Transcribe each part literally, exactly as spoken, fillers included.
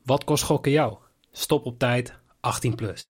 Wat kost gokken jou? Stop op tijd, achttien plus.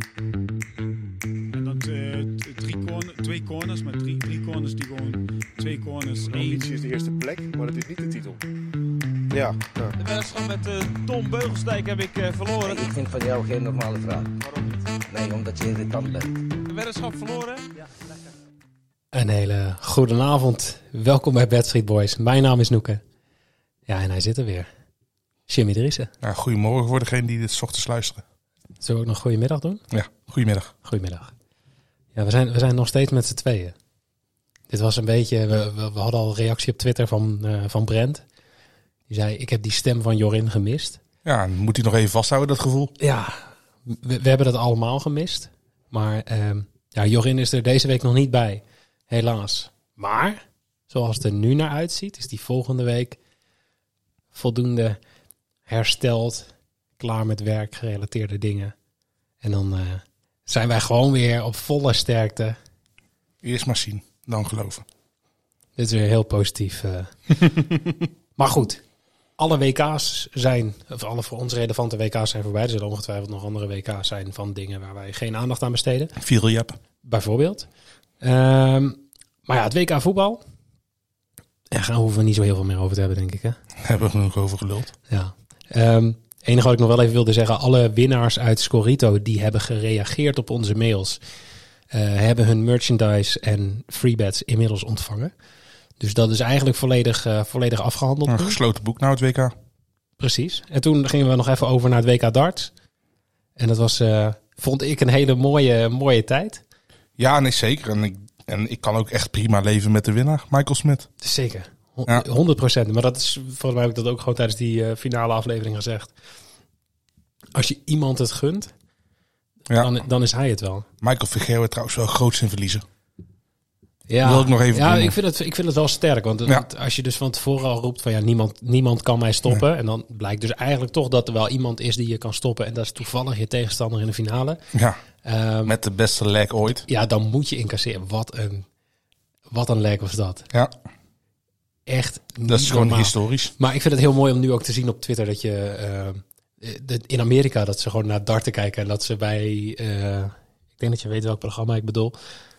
En dat uh, drie corner, twee corners, maar drie, drie corners die gewoon twee corners. De ambitie is de eerste plek, maar dat is niet de titel. Ja. ja. De wedstrijd met uh, Tom Beugelsdijk heb ik uh, verloren. Nee, ik vind van jou geen normale vraag. Waarom niet? Nee, omdat je irritant bent. De wedstrijd verloren? Ja, lekker. Een hele goede avond. Welkom bij Bad Street Boys. Mijn naam is Noeke. Ja, en hij zit er weer. Jimmy Driessen. Nou, goedemorgen voor degene die dit 's ochtends luisteren. Zullen we ook nog goedemiddag doen? Ja, goedemiddag. Goedemiddag. Ja, we zijn, we zijn nog steeds met z'n tweeën. Dit was een beetje... We, we, we hadden al een reactie op Twitter van, uh, van Brent. Die zei, ik heb die stem van Jorin gemist. Ja, dan moet hij nog even vasthouden, dat gevoel. Ja, we, we hebben dat allemaal gemist. Maar uh, ja, Jorin is er deze week nog niet bij. Helaas. Maar, zoals het er nu naar uitziet, is die volgende week voldoende hersteld, klaar met werkgerelateerde dingen. En dan uh, zijn wij gewoon weer op volle sterkte. Eerst maar zien, dan geloven. Dit is weer heel positief. Uh. Maar goed, alle W K's zijn, of alle voor ons relevante W K's zijn voorbij. Er zullen ongetwijfeld nog andere W K's zijn van dingen waar wij geen aandacht aan besteden. Viereljap. Bijvoorbeeld. Um, maar ja, het W K voetbal. Daar gaan hoeven we niet zo heel veel meer over te hebben, denk ik. Hè? Hebben we nog over geluld. Ja. Um, enige wat ik nog wel even wilde zeggen. Alle winnaars uit Scorito die hebben gereageerd op onze mails. Uh, hebben hun merchandise en freebets inmiddels ontvangen. Dus dat is eigenlijk volledig, uh, volledig afgehandeld. Een gesloten boek nou het W K. Precies. En toen gingen we nog even over naar het W K darts. En dat was, uh, vond ik, een hele mooie, mooie tijd. Ja, nee, zeker. En ik, en ik kan ook echt prima leven met de winnaar, Michael Smit. Zeker. Ja. honderd procent. Maar dat is, volgens mij heb ik dat ook gewoon tijdens die uh, finale aflevering gezegd. Als je iemand het gunt, Ja. dan, dan is hij het wel. Michael Vergeer trouwens wel groot in verliezen. Ja, Wil ik nog even ja doen. ik, vind het, ik vind het wel sterk. Want Ja. het, als je dus van tevoren al roept van ja, niemand, niemand kan mij stoppen. Nee. En dan blijkt dus eigenlijk toch dat er wel iemand is die je kan stoppen. En dat is toevallig je tegenstander in de finale. Ja, Um, met de beste leg ooit. ja, dan moet je incasseren. Wat een, wat een leg was dat. Ja, Echt niet dat is gewoon normaal. historisch. Maar ik vind het heel mooi om nu ook te zien op Twitter dat je uh, de, in Amerika dat ze gewoon naar darten kijken en dat ze bij, uh, ik denk dat je weet welk programma ik bedoel.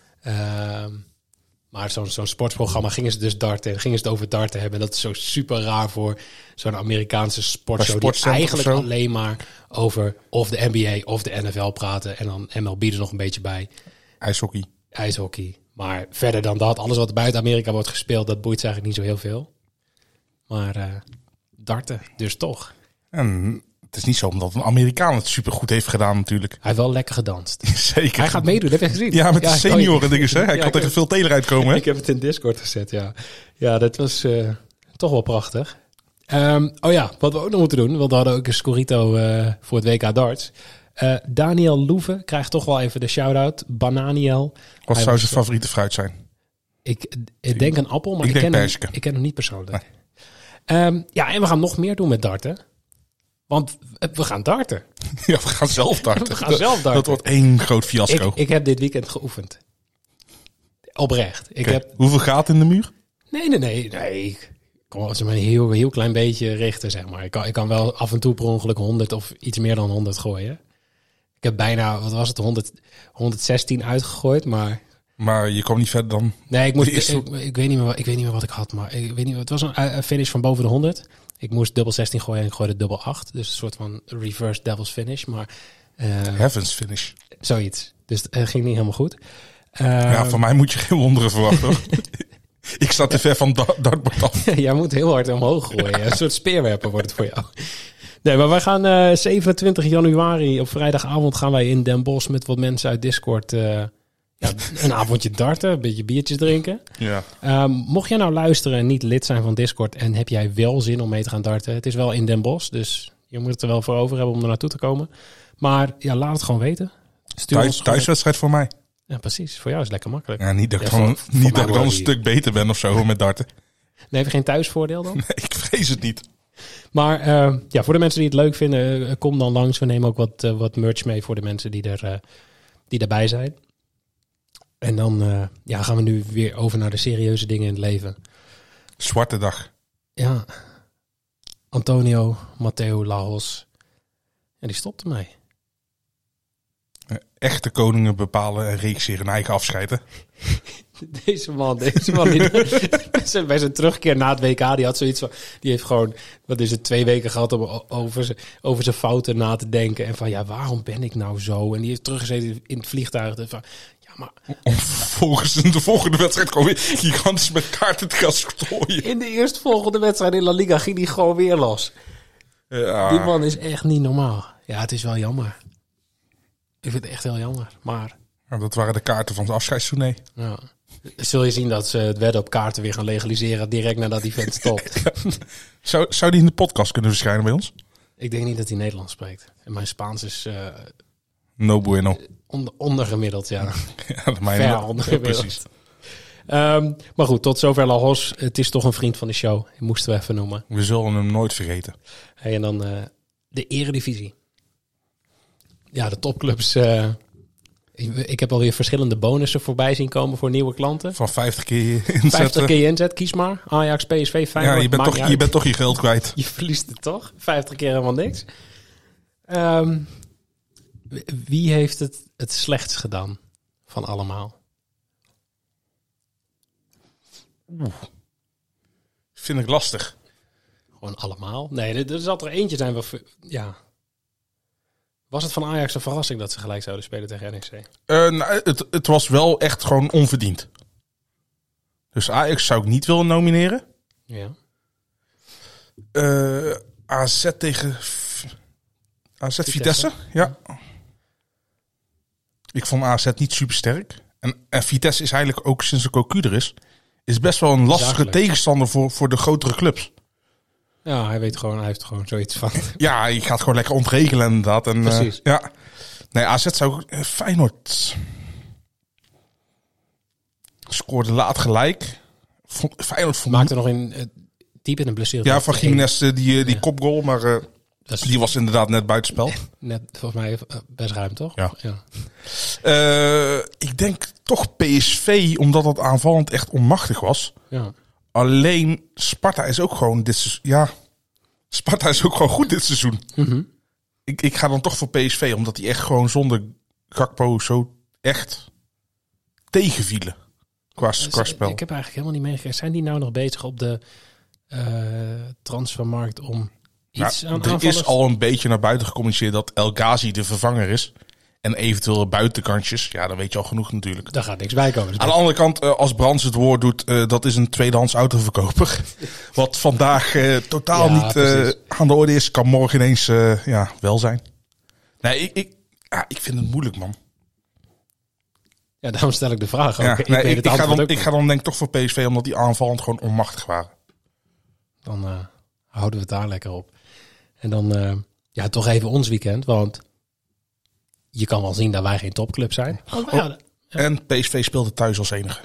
Uh, maar zo'n zo'n sportprogramma gingen ze dus darten en gingen ze het over darten hebben. En dat is zo super raar voor zo'n Amerikaanse sportshow die eigenlijk alleen maar over of de N B A of de N F L praten en dan M L B er nog een beetje bij. IJshockey. IJshockey. Maar verder dan dat, alles wat er buiten Amerika wordt gespeeld, dat boeit ze eigenlijk niet zo heel veel. Maar uh, darten, dus toch. En het is niet zo omdat een Amerikaan het supergoed heeft gedaan natuurlijk. Hij heeft wel lekker gedanst. Zeker. Hij gaat meedoen, heb je gezien? Ja, met de ja, senioren oh, dingen, hè? Hij ja, kan tegen heb, veel teler uitkomen, hè? Ik heb het in Discord gezet, ja. Ja, dat was uh, toch wel prachtig. Um, oh ja, wat we ook nog moeten doen, want we hadden ook een Scorito uh, voor het W K darts. Uh, Daniel Loeven krijgt toch wel even de shout-out. Bananiel. Wat Hij zou was, zijn favoriete fruit zijn? Ik, ik denk een appel, maar ik, ik, denk ken, hem, ik ken hem niet persoonlijk. Nee. Um, ja, en we gaan nog meer doen met darten. Want we gaan darten. Ja, we gaan zelf darten. We gaan zelf darten. Dat wordt één groot fiasco. Ik, ik heb dit weekend geoefend. Oprecht. Ik okay. heb... Hoeveel gaten in de muur? Nee, nee, nee. nee. Ik kan ze maar een heel, heel klein beetje richten, zeg maar. Ik kan, ik kan wel af en toe per ongeluk honderd of iets meer dan honderd gooien. Ik heb bijna, wat was het, honderd, honderdzestien uitgegooid, maar... Maar je kwam niet verder dan... Nee, ik, moest, ik, ik, ik, weet niet meer wat, ik weet niet meer wat ik had, maar ik weet niet, het was een, een finish van boven de honderd. Ik moest dubbel zestien gooien en ik gooide dubbel acht. Dus een soort van reverse devil's finish, maar... Uh, Heavens finish. Zoiets. Dus het uh, ging niet helemaal goed. Uh, ja, van mij moet je geen wonderen verwachten, hoor. Ik sta te ver van da- dartbord af. Jij moet heel hard omhoog gooien. Een soort speerwerper wordt het voor jou. Nee, maar wij gaan uh, zevenentwintig januari op vrijdagavond gaan wij in Den Bosch met wat mensen uit Discord uh, ja, een avondje darten, een beetje biertjes drinken. Ja. Um, mocht jij nou luisteren en niet lid zijn van Discord en heb jij wel zin om mee te gaan darten, het is wel in Den Bosch, dus je moet het er wel voor over hebben om er naartoe te komen. Maar ja, laat het gewoon weten. Stuur Thuis, ons thuiswedstrijd voor mij. Ja, precies. Voor jou is het lekker makkelijk. Ja, niet dat ik ja, dan, voor, niet voor dat ik dan een die... stuk beter ben of zo met darten. Nee, heb je geen thuisvoordeel dan? Nee, ik vrees het niet. Maar uh, ja, voor de mensen die het leuk vinden, uh, kom dan langs. We nemen ook wat, uh, wat merch mee voor de mensen die, er, uh, die erbij zijn. En dan uh, ja, gaan we nu weer over naar de serieuze dingen in het leven. Zwarte dag. Ja. Antonio Matteo Lajos Ja, die stopte mee. Echte koningen bepalen en regisseren hun eigen afscheid, hè? Deze man, deze man. Die, bij zijn terugkeer na het W K, die had zoiets van... Die heeft gewoon, wat is het, twee weken gehad om o- over zijn, over zijn fouten na te denken. En van, ja, waarom ben ik nou zo? En die heeft teruggezeten in het vliegtuig. En van, ja, maar... Om volgens de volgende wedstrijd gewoon weer gigantisch met kaarten te gaan strooien. In de eerstvolgende wedstrijd in La Liga ging die gewoon weer los. Ja. Die man is echt niet normaal. Ja, het is wel jammer. Ik vind het echt heel jammer. Maar Nou, dat waren de kaarten van het afscheidstournee. ja, zul je zien dat ze het wedden op kaarten weer gaan legaliseren direct nadat die vent stopt. Zou, zou die in de podcast kunnen verschijnen bij ons? Ik denk niet dat hij Nederlands spreekt. En mijn Spaans is uh, No bueno. onder, ondergemiddeld, ja. Ja, dat mijn Ver ondergemiddeld. Precies. Um, maar goed, tot zover La Hos. Het is toch een vriend van de show. Die moesten we even noemen. We zullen hem nooit vergeten. Hey, en dan uh, de Eredivisie. Ja, de topclubs. Uh, ik, ik heb alweer verschillende bonussen voorbij zien komen voor nieuwe klanten. Van vijftig keer inzetten. vijftig keer je inzet, kies maar. Ajax, P S V, Feyenoord. Ja, je bent, maakt toch, niet je uit. bent toch je geld kwijt. Je verliest het toch? vijftig keer helemaal niks. Um, wie heeft het het slechtst gedaan van allemaal? Oeh. Vind ik lastig. Gewoon allemaal? Nee, er, er zal er eentje zijn. Waar, ja. Was het van Ajax een verrassing dat ze gelijk zouden spelen tegen N E C? Uh, nou, het, het was wel echt gewoon onverdiend. Dus Ajax zou ik niet willen nomineren. Ja. Uh, A Z tegen F- A Z Vitesse. Vitesse. Ja. Ik vond A Z niet super sterk. En, en Vitesse is eigenlijk ook sinds de Cocu er is, is best wel een lastige Zakelijk. tegenstander voor, voor de grotere clubs. Ja, hij weet gewoon, hij heeft gewoon zoiets van. Ja, je gaat gewoon lekker ontregelen inderdaad. En, Precies. Uh, ja. Nee, A Z zou ik... Uh, Feyenoord scoorde laat gelijk. Vond, Feyenoord vond... Maakte nog in uh, diep in een blessure. Ja, van Gimenez uh, die, die Ja. kopgoal, maar uh, Dat is die was inderdaad net buitenspel. net volgens mij uh, best ruim, toch? Ja. ja. Uh, ik denk toch P S V, omdat dat aanvallend echt onmachtig was. ja. Alleen Sparta is ook gewoon dit seizoen. Ja, Sparta is ook gewoon goed dit seizoen. Mm-hmm. Ik, ik ga dan toch voor P S V, omdat die echt gewoon zonder Gakpo zo echt tegenvielen qua, qua spel. Ik heb eigenlijk helemaal niet meegekregen. Zijn die nou nog bezig op de uh, transfermarkt om iets Nou, aan er aanvallers? is al een beetje naar buiten gecommuniceerd dat El Ghazi de vervanger is. En eventueel buitenkantjes. Ja, dan weet je al genoeg natuurlijk. Daar gaat niks bij komen. Dus Aan de andere kant, uh, als Brands het woord doet, uh, dat is een tweedehands autoverkoper. Wat vandaag uh, totaal Ja, niet uh, precies. aan de orde is, kan morgen ineens uh, ja, wel zijn. Nee, ik, ik, ja, ik vind het moeilijk, man. ja, daarom stel ik de vraag ook. Ja, ik nee, weet ik, het ik, ga antwoord dan, ook ik ga dan denk ik toch voor P S V, omdat die aanvallend gewoon onmachtig waren. Dan uh, houden we het daar lekker op. En dan uh, ja, toch even ons weekend. Want je kan wel zien dat wij geen topclub zijn. Oh, Oh. ja, Ja. En P S V speelde thuis als enige.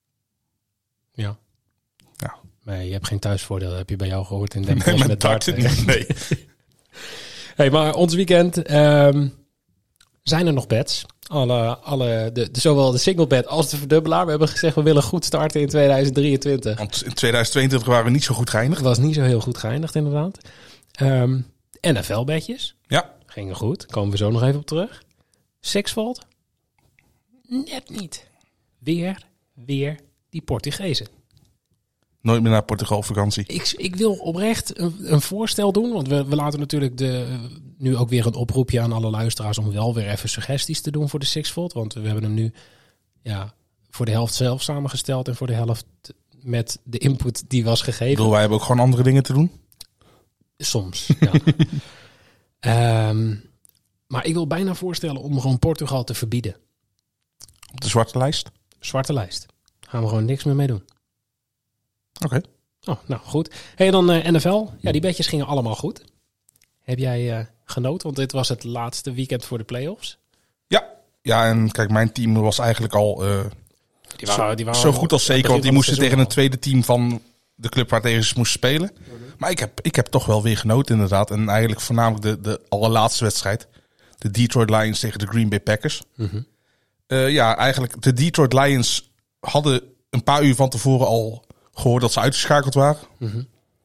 ja. Ja. Nee, je hebt geen thuisvoordeel. Dat heb je bij jou gehoord in Den Bosch Nee, met met darten. darten niet. Nee. Hey, maar ons weekend um, zijn er nog bets. Alle, alle, de, de, zowel de single bet als de verdubbelaar. We hebben gezegd we willen goed starten in tweeduizend drieëntwintig. Want in tweeduizend tweeëntwintig waren we niet zo goed geëindigd. Het was niet zo heel goed geëindigd inderdaad. Um, N F L-bedjes Ja, gingen goed. Komen we zo nog even op terug. Sixfold? Net niet. Weer, weer die Portugezen. nooit meer naar Portugal op vakantie. Ik, ik wil oprecht een, een voorstel doen. Want we, we laten natuurlijk de, nu ook weer een oproepje aan alle luisteraars om wel weer even suggesties te doen voor de Sixfold. Want we hebben hem nu ja, voor de helft zelf samengesteld en voor de helft met de input die was Ik gegeven. bedoel, wij hebben ook gewoon andere dingen te doen. Soms, ja. um, maar ik wil bijna voorstellen om gewoon Portugal te verbieden. Op de zwarte lijst. Zwarte lijst. Gaan we gewoon niks meer mee doen. Oké. Oh, nou goed. Hey, dan uh, N F L. Ja, die bedjes gingen allemaal goed. Heb jij uh, genoten? Want dit was het laatste weekend voor de playoffs. Ja. Ja, en kijk, mijn team was eigenlijk al uh, Die waren, die waren zo goed als zeker. Want die moesten tegen een twee. tweede team van de club waar tegen ze moesten spelen. Maar ik heb, ik heb toch wel weer genoten inderdaad. En eigenlijk voornamelijk de, de allerlaatste wedstrijd. De Detroit Lions tegen de Green Bay Packers. Mm-hmm. Uh, ja, eigenlijk de Detroit Lions hadden een paar uur van tevoren al gehoord dat ze uitgeschakeld waren. Mm-hmm.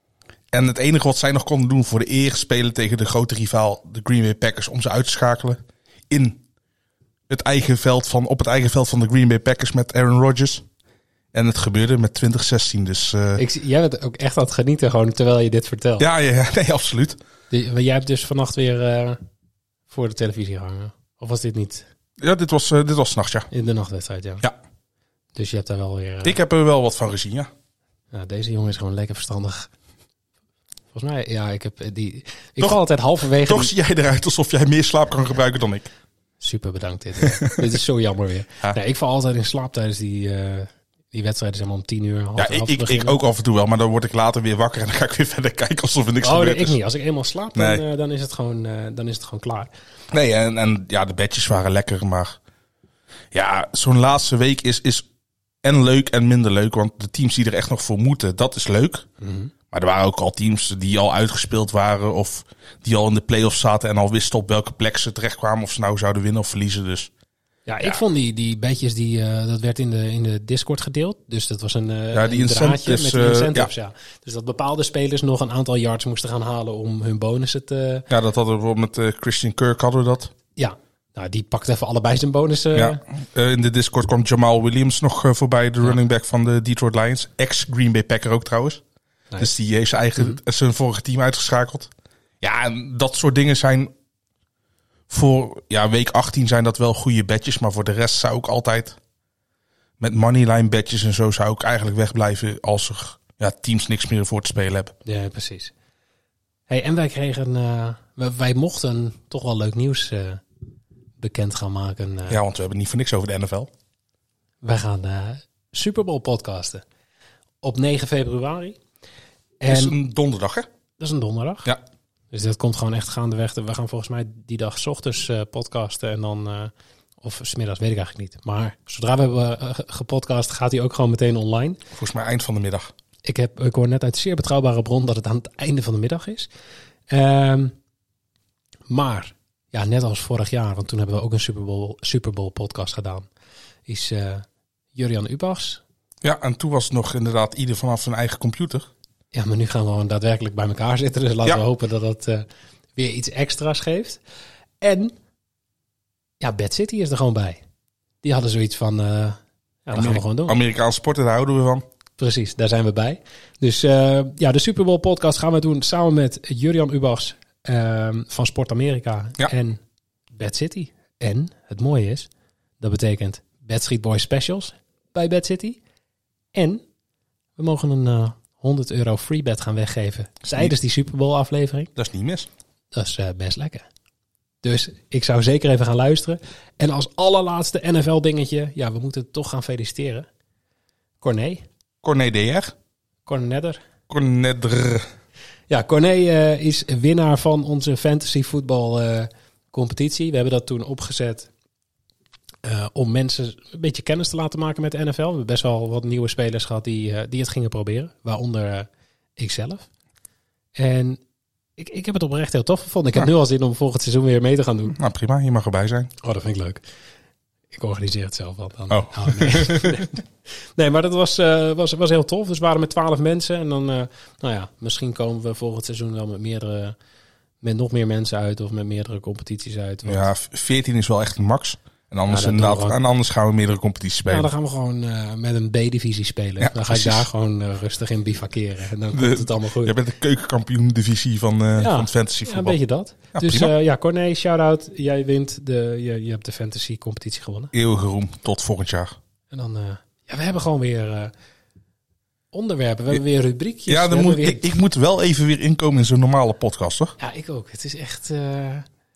En het enige wat zij nog konden doen voor de eer spelen tegen de grote rivaal, de Green Bay Packers, om ze uit te schakelen in het eigen veld van, op het eigen veld van de Green Bay Packers met Aaron Rodgers. En het gebeurde met twintig zestien. Dus, uh... Ik, jij bent ook echt aan het genieten gewoon terwijl je dit vertelt. Ja, ja, ja, nee, absoluut. Die, jij hebt dus vannacht weer uh, voor de televisie gehangen. Of was dit niet? Ja, dit was, uh, dit was 's nachts, ja. In de nachtwedstrijd, ja. Ja. Dus je hebt daar wel weer... Uh... Ik heb er wel wat van gezien, ja. Nou, deze jongen is gewoon lekker verstandig. Volgens mij, ja, ik heb die... Ik Toch, val altijd halverwege... Toch die... zie jij eruit alsof jij meer slaap kan gebruiken dan ik. Super bedankt dit. Dit is zo jammer weer. Ja. Nee, ik val altijd in slaap tijdens die, uh, die wedstrijden, zeg maar om tien uur. Half, Ja, ik, ik, ik ook af en toe wel, maar dan word ik later weer wakker en dan ga ik weer verder kijken alsof er niks oh, gebeurd nee, ik is. niet. Als ik eenmaal slaap, dan, Nee. uh, dan, is, het gewoon, uh, dan is het gewoon klaar. Nee, en, en ja, de bedjes waren lekker, maar ja, zo'n laatste week is, is en leuk en minder leuk, want de teams die er echt nog voor moeten, dat is leuk. Mm-hmm. Maar er waren ook al teams die al uitgespeeld waren of die al in de play-offs zaten en al wisten op welke plek ze terechtkwamen, of ze nou zouden winnen of verliezen. Dus Ja, ik Ja. vond die, die bedjes, die, uh, dat werd in de, in de Discord gedeeld. Dus dat was een, uh, Ja, die een draadje incentives, met die uh, incentives, ja. Dus dat bepaalde spelers nog een aantal yards moesten gaan halen om hun bonussen te... ja, dat hadden we bijvoorbeeld met uh, Christian Kirk hadden we dat. Ja, nou, die pakt even allebei zijn bonussen. Ja. Uh, in de Discord kwam Jamal Williams nog uh, voorbij, de Ja. running back van de Detroit Lions. Ex-Green Bay Packer ook trouwens. Nice. Dus die heeft zijn eigen, Mhm. zijn vorige team uitgeschakeld. Ja, en dat soort dingen zijn voor ja, week achttien zijn dat wel goede bedjes. Maar voor de rest zou ik altijd met moneyline bedjes en zo zou ik eigenlijk wegblijven als er ja, teams niks meer voor te spelen hebben. Ja, precies. Hey, en wij kregen, uh, wij, wij mochten toch wel leuk nieuws uh, bekend gaan maken. Uh, Ja, want we hebben niet voor niks over de N F L. Wij gaan uh, Super Bowl podcasten op negen februari. Het En is een donderdag, hè? dat is een donderdag. Ja. Dus dat komt gewoon echt gaandeweg. We gaan volgens mij die dag 's ochtends uh, podcasten en dan... Uh, of 's middags, weet ik eigenlijk niet. Maar zodra we hebben uh, gepodcast, gaat hij ook gewoon meteen online. Volgens mij eind van de middag. Ik, heb, ik hoor net uit zeer betrouwbare bron dat het aan het einde van de middag is. Um, maar, ja, net als vorig jaar, want toen hebben we ook een Super Bowl, Super Bowl podcast gedaan, is uh, Jurjan Ubachs. Ja, en toen was het nog inderdaad ieder vanaf zijn eigen computer. Ja, maar nu gaan we gewoon daadwerkelijk bij elkaar zitten. Dus laten Ja. we hopen dat dat uh, weer iets extra's geeft. En, ja, Bad City is er gewoon bij. Die hadden zoiets van, uh, ja, dat gaan we gewoon doen. Amerikaanse sporten, daar houden we van. Precies, daar zijn we bij. Dus uh, ja, de Super Bowl podcast gaan we doen samen met Jurjan Ubachs uh, van Sport Amerika Ja. en Bad City. En het mooie is, dat betekent Bad Street Boys specials bij Bad City. En we mogen een uh, honderd euro free bet gaan weggeven tijdens die Super Bowl aflevering. Dat is niet mis. Dat is uh, best lekker. Dus ik zou zeker even gaan luisteren. En als allerlaatste N F L dingetje, ja, we moeten het toch gaan feliciteren. Corné. Corné D R. Cornedder. Cornedder. Ja, Corné uh, is winnaar van onze fantasy voetbal uh, competitie. We hebben dat toen opgezet uh, om mensen een beetje kennis te laten maken met de N F L. We hebben best wel wat nieuwe spelers gehad die, uh, die het gingen proberen. Waaronder uh, ikzelf. En ik, ik heb het oprecht heel tof gevonden. Ik heb Ja. nu al zin om volgend seizoen weer mee te gaan doen. Nou prima, je mag erbij zijn. Oh, dat vind ik leuk. Ik organiseer het zelf wel dan. Oh. nee. nee, maar dat was, uh, was, was heel tof. Dus we waren met twaalf mensen. En dan, uh, nou ja, misschien komen we volgend seizoen wel met meerdere, met nog meer mensen uit. Of met meerdere competities uit. Want, Ja, veertien is wel echt een max. En anders, Ja, dat inderdaad, doen we. en anders gaan we meerdere competities spelen. ja, dan gaan we gewoon uh, met een B-divisie spelen. Ja, dan ga ik precies. daar gewoon uh, rustig in bivakeren. En dan De- komt het allemaal goed. Jij bent de keukenkampioen divisie van, uh, Ja. van het fantasy Ja, een voetbal. beetje dat. Ja, dus prima. uh, ja, Corné, shout-out. Jij wint. De, je, je hebt de fantasy competitie gewonnen. Eeuwige roem tot volgend jaar. En dan, uh, ja, we hebben gewoon weer uh, onderwerpen. We hebben weer rubriekjes. Ja, we dan moet, hebben weer... ik, ik moet wel even weer inkomen in zo'n normale podcast, toch? Ja, ik ook. Het is echt... Uh,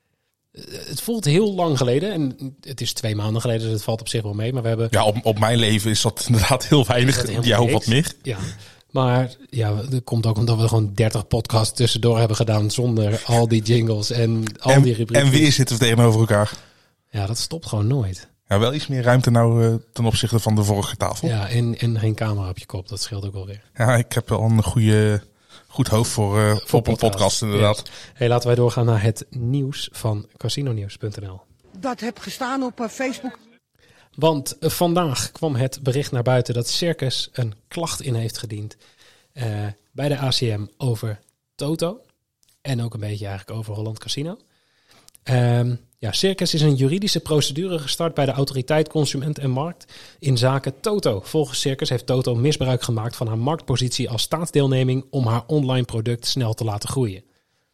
het voelt heel lang geleden. En het is twee maanden geleden, dus het valt op zich wel mee. Maar we hebben... Ja, op, op mijn leven is dat inderdaad heel weinig. Is dat helemaal Jou niks? wat meer. Ja, maar ja, dat komt ook omdat we gewoon dertig podcasts tussendoor hebben gedaan zonder al die jingles en al En, die rubrieken. en weer zitten we tegenover elkaar. Ja, dat stopt gewoon nooit. Ja, wel iets meer ruimte nou uh, ten opzichte van de vorige tafel. Ja, Ja, en, en geen camera op je kop, dat scheelt ook wel weer. ik heb wel een goede, goed hoofd voor, uh, voor op een podcast inderdaad. Yes. Hey, laten wij doorgaan naar het nieuws van casinonews punt n l. Dat heb gestaan op uh, Facebook. Want uh, vandaag kwam het bericht naar buiten dat Circus een klacht in heeft gediend uh, bij de A C M over Toto. En ook een beetje eigenlijk over Holland Casino. Um, ja, Circus is een juridische procedure gestart bij de Autoriteit Consument en Markt in zaken Toto. Volgens Circus heeft Toto misbruik gemaakt van haar marktpositie als staatsdeelneming om haar online product snel te laten groeien.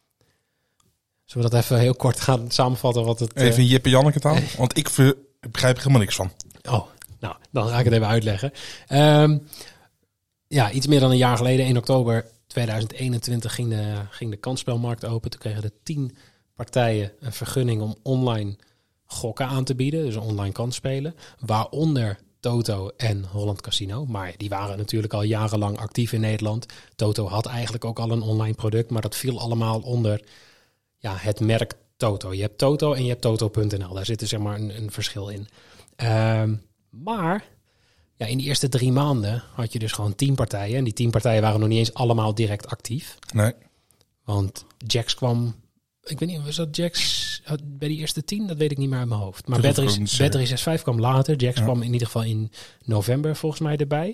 Zullen we dat even heel kort gaan samenvatten? Wat het, Even uh... Jip en Janneke taal, want ik ver, begrijp er helemaal niks van. Oh, nou, dan ga ik het even uitleggen. Um, ja, iets meer dan een jaar geleden, in oktober tweeduizend eenentwintig, ging de, ging de kansspelmarkt open. Toen kregen de tien partijen een vergunning om online gokken aan te bieden. Dus online kansspelen. Waaronder Toto en Holland Casino. Maar die waren natuurlijk al jarenlang actief in Nederland. Toto had eigenlijk ook al een online product. Maar dat viel allemaal onder ja, het merk Toto. Je hebt Toto en je hebt Toto punt n l. Daar zit er zeg maar een, een verschil in. Um, maar ja, in die eerste drie maanden had je dus gewoon tien partijen. En die tien partijen waren nog niet eens allemaal direct actief. Nee. Want Jax kwam... Ik weet niet, was dat Jax bij die eerste tien? Dat weet ik niet meer uit mijn hoofd. Maar Dat hoef ik ook niet te Battery zes vijf kwam later. Jax Ja. kwam in ieder geval in november volgens mij erbij.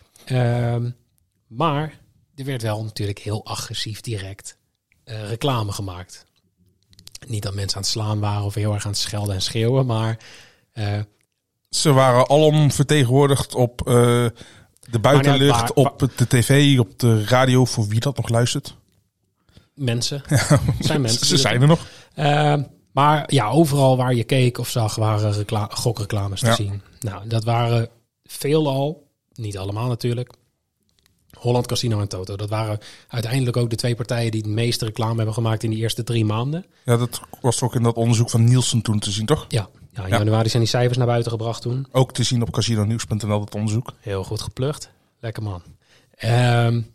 Um, maar er werd wel natuurlijk heel agressief direct uh, reclame gemaakt. Niet dat mensen aan het slaan waren of heel erg aan het schelden en schreeuwen, maar... Uh, Ze waren alom vertegenwoordigd op uh, de buitenlucht, waar- op de tv, op de radio, voor wie dat nog luistert. mensen. zijn mensen. Ze zijn er nog. Uh, maar ja, overal waar je keek of zag, waren recla- gokreclames te Ja. zien. Nou, dat waren veelal, niet allemaal natuurlijk, Holland Casino en Toto. Dat waren uiteindelijk ook de twee partijen die het meeste reclame hebben gemaakt in die eerste drie maanden. Ja, dat was ook in dat onderzoek van Nielsen toen te zien, toch? Ja, ja in Ja. januari zijn die cijfers naar buiten gebracht toen. Ook te zien op casino nieuws punt n l, dat onderzoek. Heel goed geplukt. Lekker man. Um,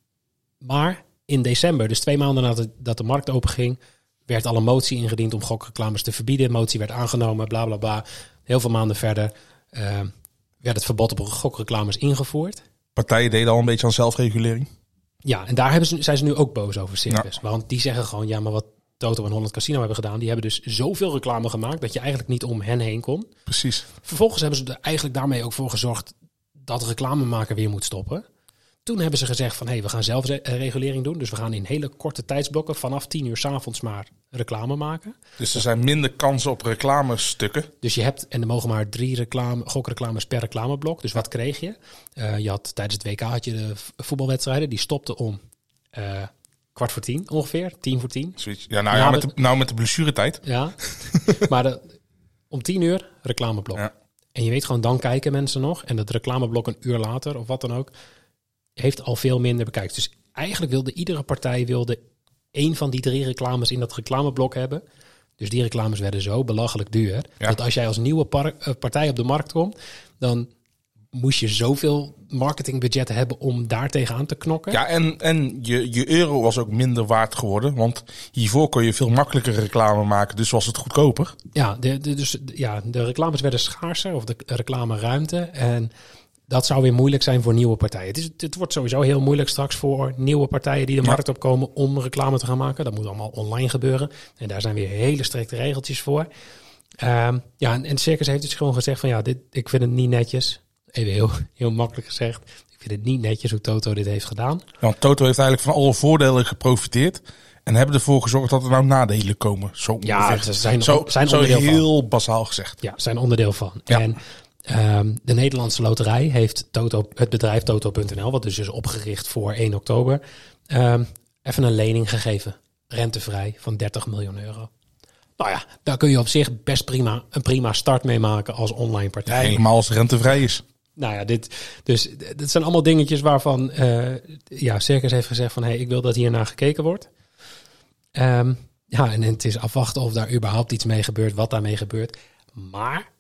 maar in december, dus twee maanden nadat de, dat de markt openging, werd al een motie ingediend om gokreclames te verbieden. Motie werd aangenomen, bla bla bla. Heel veel maanden verder uh, werd het verbod op gokreclames ingevoerd. Partijen deden al een beetje aan zelfregulering. Ja, en daar hebben ze, zijn ze nu ook boos over, Circus. Ja. Want die zeggen gewoon, ja, maar wat Toto en Holland Casino hebben gedaan, die hebben dus zoveel reclame gemaakt dat je eigenlijk niet om hen heen kon. Precies. Vervolgens hebben ze er eigenlijk daarmee ook voor gezorgd dat reclame maken weer moet stoppen. Toen hebben ze gezegd van, hé, hey, we gaan zelf re- regulering doen. Dus we gaan in hele korte tijdsblokken vanaf tien uur 's avonds maar reclame maken. Dus er zijn minder kansen op reclamestukken. Dus je hebt, en er mogen maar drie reclame, gokreclames per reclameblok. Dus wat kreeg je? Uh, je had tijdens het W K had je de v- voetbalwedstrijden. Die stopten om uh, kwart voor tien ongeveer. Tien voor tien. Zoiets. Ja, nou ja, Ja, met dat- de, nou met de blessuretijd. Ja, maar de, om tien uur reclameblok. Ja. En je weet gewoon, dan kijken mensen nog. En dat reclameblok een uur later of wat dan ook, heeft al veel minder bekijkt. Dus eigenlijk wilde iedere partij wilde één van die drie reclames in dat reclameblok hebben. Dus die reclames werden zo belachelijk duur. Ja. Dat als jij als nieuwe par- uh, partij op de markt komt, dan moest je zoveel marketingbudget hebben om daar tegenaan te knokken. Ja, en, en je, je euro was ook minder waard geworden. Want hiervoor kon je veel makkelijker reclame maken. Dus was het goedkoper. Ja, de, de, dus, de- ja, de reclames werden schaarser, of de reclameruimte. En dat zou weer moeilijk zijn voor nieuwe partijen. Het, is, het wordt sowieso heel moeilijk straks voor nieuwe partijen die de Ja. markt opkomen om reclame te gaan maken. Dat moet allemaal online gebeuren. En daar zijn weer hele strikte regeltjes voor. Um, ja, en, en Circus heeft dus gewoon gezegd van ja, dit, ik vind het niet netjes. Even heel, heel makkelijk gezegd. Ik vind het niet netjes hoe Toto dit heeft gedaan. Ja, want Toto heeft eigenlijk van alle voordelen geprofiteerd. En hebben ervoor gezorgd dat er nou nadelen komen. Zo, Ja, ongeveer. ze zijn- zo, zijn zo onderdeel van. heel basaal gezegd. Ja, zijn onderdeel van. Ja. En um, de Nederlandse Loterij heeft Toto, het bedrijf Toto punt n l, wat dus is opgericht voor één oktober, um, even een lening gegeven. Rentevrij van dertig miljoen euro. Nou ja, daar kun je op zich best prima een prima start mee maken als online partij. Helemaal als het rentevrij is. Nou ja, dit, dus dit zijn allemaal dingetjes waarvan uh, ja, Circus heeft gezegd van, hé, hey, ik wil dat hier naar gekeken wordt. Um, ja, en het is afwachten of daar überhaupt iets mee gebeurt, wat daarmee gebeurt. Maar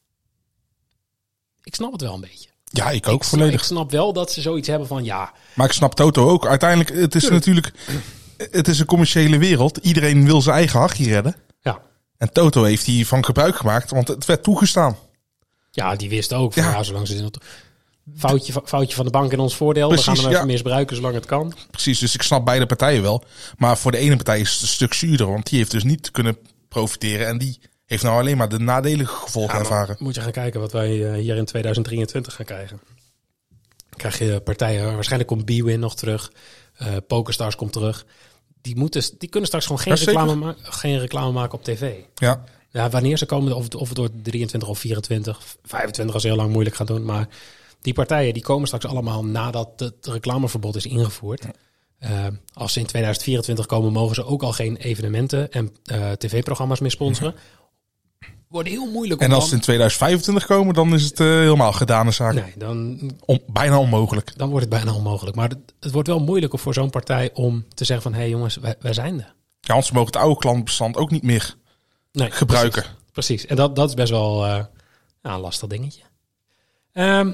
ik snap het wel een beetje. Ja, ik ook ik, volledig. Ik snap wel dat ze zoiets hebben van, ja, Maar ik snap Toto ook. Uiteindelijk, het is Tuurlijk. natuurlijk... Het is een commerciële wereld. Iedereen wil zijn eigen hachje redden. ja, En Toto heeft hiervan gebruik gemaakt, want het werd toegestaan. ja, die wist ook van, Ja. ja, zolang ze dit nog- foutje, foutje van de bank in ons voordeel, Precies, we gaan hem even ja. misbruiken zolang het kan. Precies, dus ik snap beide partijen wel. Maar voor de ene partij is het een stuk zuurder, want die heeft dus niet kunnen profiteren. En die heeft nou alleen maar de nadelige gevolgen Ja, maar ervaren. moet je gaan kijken wat wij uh, hier in tweeduizend drieëntwintig gaan krijgen. Dan krijg je partijen, waarschijnlijk komt B-Win nog terug. Uh, PokerStars komt terug. Die, moeten, die kunnen straks gewoon geen, Ja, zeker. reclame, ma- geen reclame maken op tv. Ja. Ja, wanneer ze komen, of, of het wordt drieëntwintig of vierentwintig, vijfentwintig als ze heel lang moeilijk gaan doen. Maar die partijen die komen straks allemaal nadat het reclameverbod is ingevoerd. Uh, als ze in tweeduizend vierentwintig komen, mogen ze ook al geen evenementen en uh, tv-programma's meer sponsoren. Wordt heel moeilijk om En als dan- ze in tweeduizend vijfentwintig komen, dan is het uh, helemaal gedane zaak. Nee, dan, Om, bijna onmogelijk. dan wordt het bijna onmogelijk. Maar het, het wordt wel moeilijk voor zo'n partij om te zeggen van... hé hey jongens, wij, wij zijn er. Ja, want ze mogen het oude klantbestand ook niet meer Nee, gebruiken. Precies, precies. En dat, dat is best wel uh, ja, een lastig dingetje. Um,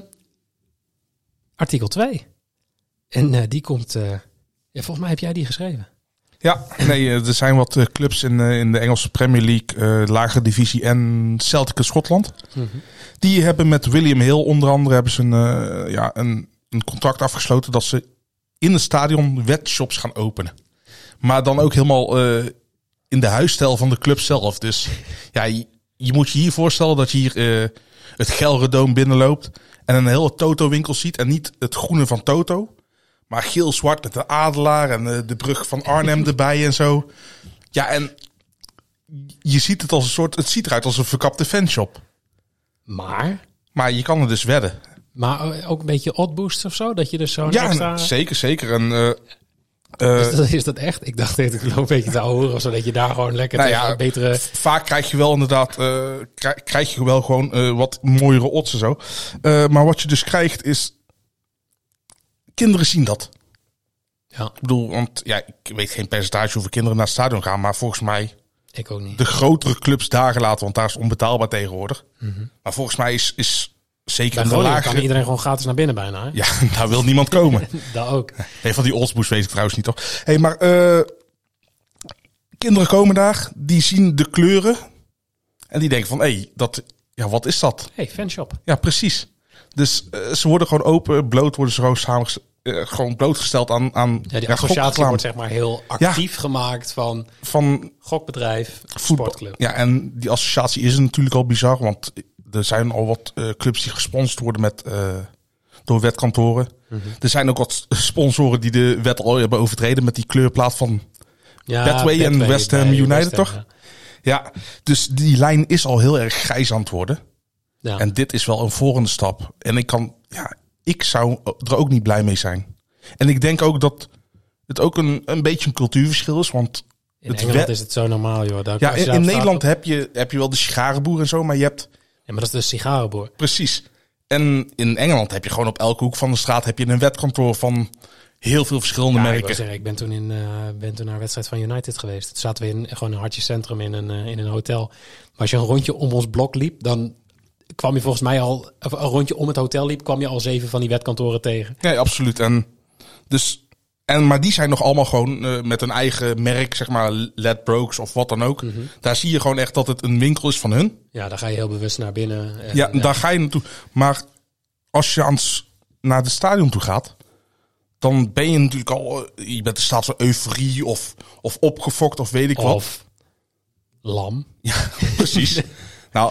artikel twee. En uh, die komt... Uh, ja, volgens mij heb jij die geschreven. Ja, nee, er zijn wat uh, clubs in, uh, in de Engelse Premier League, uh, lagere divisie en Celtic in Schotland. Mm-hmm. Die hebben met William Hill onder andere hebben ze een, uh, ja, een, een contract afgesloten dat ze in het stadion wedshops gaan openen. Maar dan ook helemaal uh, in de huisstijl van de club zelf. Dus ja, je, je moet je hier voorstellen dat je hier uh, het Gelredome binnenloopt en een hele Toto-winkel ziet en niet het groene van Toto. Maar geel-zwart met de adelaar en de, de brug van Arnhem erbij en zo. Ja, en je ziet het als een soort... Het ziet eruit als een verkapte fanshop. Maar? Maar je kan er dus wedden. Maar ook een beetje oddboost of zo? Dat je dus zo'n Ja, extra... zeker, zeker. En, uh, uh, is, dat, is dat echt? Ik dacht, ik loop een beetje te horen of zo. Dat je daar gewoon lekker nou tegen ja, een betere... Vaak krijg je wel inderdaad... Uh, krijg, krijg je wel gewoon uh, wat mooiere odds en zo. Uh, maar wat je dus krijgt is... Kinderen zien dat. Ja. Ik bedoel, want ja, ik weet geen percentage hoeveel kinderen naar het stadion gaan, maar volgens mij Ik ook niet. de grotere clubs daar gelaten, want daar is het onbetaalbaar tegenwoordig. Mm-hmm. Maar volgens mij is, is zeker Bij in de Groningen kan lagere... iedereen gewoon gratis naar binnen bijna. Hè? Ja, daar wil niemand komen. Dat ook. Nee, van die oldsboes weet ik trouwens niet, toch? Hey, maar uh, kinderen komen daar, die zien de kleuren en die denken van, hé, hey, dat, ja, wat is dat? Hey, fanshop. Ja, precies. Dus uh, ze worden gewoon open, bloot worden ze gewoon samen, uh, gewoon blootgesteld aan, aan Ja, die ja, associatie gokreclame. wordt zeg maar heel actief gemaakt van Van gokbedrijf, voetbal. sportclub. Ja, en die associatie is natuurlijk al bizar, want er zijn al wat uh, clubs die gesponsord worden met uh, door wetkantoren. Mm-hmm. Er zijn ook wat sponsoren die de wet al hebben overtreden met die kleurplaat van Ja, Betway en Betway West Ham bij United, West Ham, toch? Ja. Ja, dus die lijn is al heel erg grijs aan het worden. Ja. En dit is wel een volgende stap. En ik kan, ja, ik zou er ook niet blij mee zijn. En ik denk ook dat het ook een, een beetje een cultuurverschil is, want In het Engeland wet- is het zo normaal, joh. Daar, ja, als je in, daar in staat- Nederland heb je, heb je wel de sigarenboer en zo, maar je hebt Ja, maar dat is de sigarenboer. precies. En in Engeland heb je gewoon op elke hoek van de straat heb je een wetkantoor van heel veel verschillende Ja, ik, merken. wil zeggen, ik ben toen, in, uh, ben toen naar een wedstrijd van United geweest. Toen zaten we in gewoon een hartje centrum in een, uh, in een hotel. Maar als je een rondje om ons blok liep, dan kwam je volgens mij al... Of een rondje om het hotel liep, kwam je al zeven van die wetkantoren tegen. Nee, absoluut. En dus, en, maar die zijn nog allemaal gewoon uh, met een eigen merk, zeg maar Ladbrokes of wat dan ook. Mm-hmm. Daar zie je gewoon echt dat het een winkel is van hun. Ja, daar ga je heel bewust naar binnen. En, Ja, daar ga je naartoe. Maar als je aan het, naar het stadion toe gaat, dan ben je natuurlijk al, je bent in staat van euforie of, of opgefokt of weet ik wat. Of lam. Ja, precies. Nou,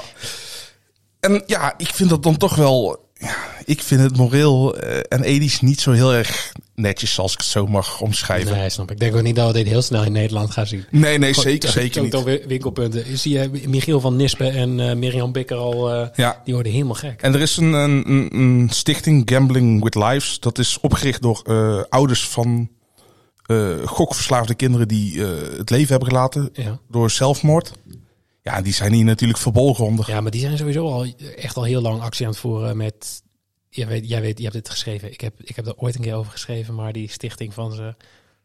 en ja, ik vind dat dan toch wel, ja, ik vind het moreel uh, en ethisch niet zo heel erg netjes, als ik het zo mag omschrijven. Nee, snap ik. Ik denk ook niet dat we dit heel snel in Nederland gaan zien. Nee, nee, Gewoon zeker, to- zeker niet. Toto winkelpunten. Zie je Michiel van Nispen en uh, Mirjam Bikker al, uh, Ja. die worden helemaal gek. En er is een, een, een stichting, Gambling with Lives. Dat is opgericht door uh, ouders van uh, gokverslaafde kinderen die uh, het leven hebben gelaten Ja. door zelfmoord. Ja, die zijn hier natuurlijk verbolgen onder. Ja, maar die zijn sowieso al echt al heel lang actie aan het voeren met... Jij weet, jij weet, je hebt dit geschreven. Ik heb, ik heb er ooit een keer over geschreven, maar die stichting van ze...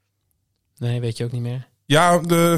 Nee, weet je ook niet meer? Ja, de,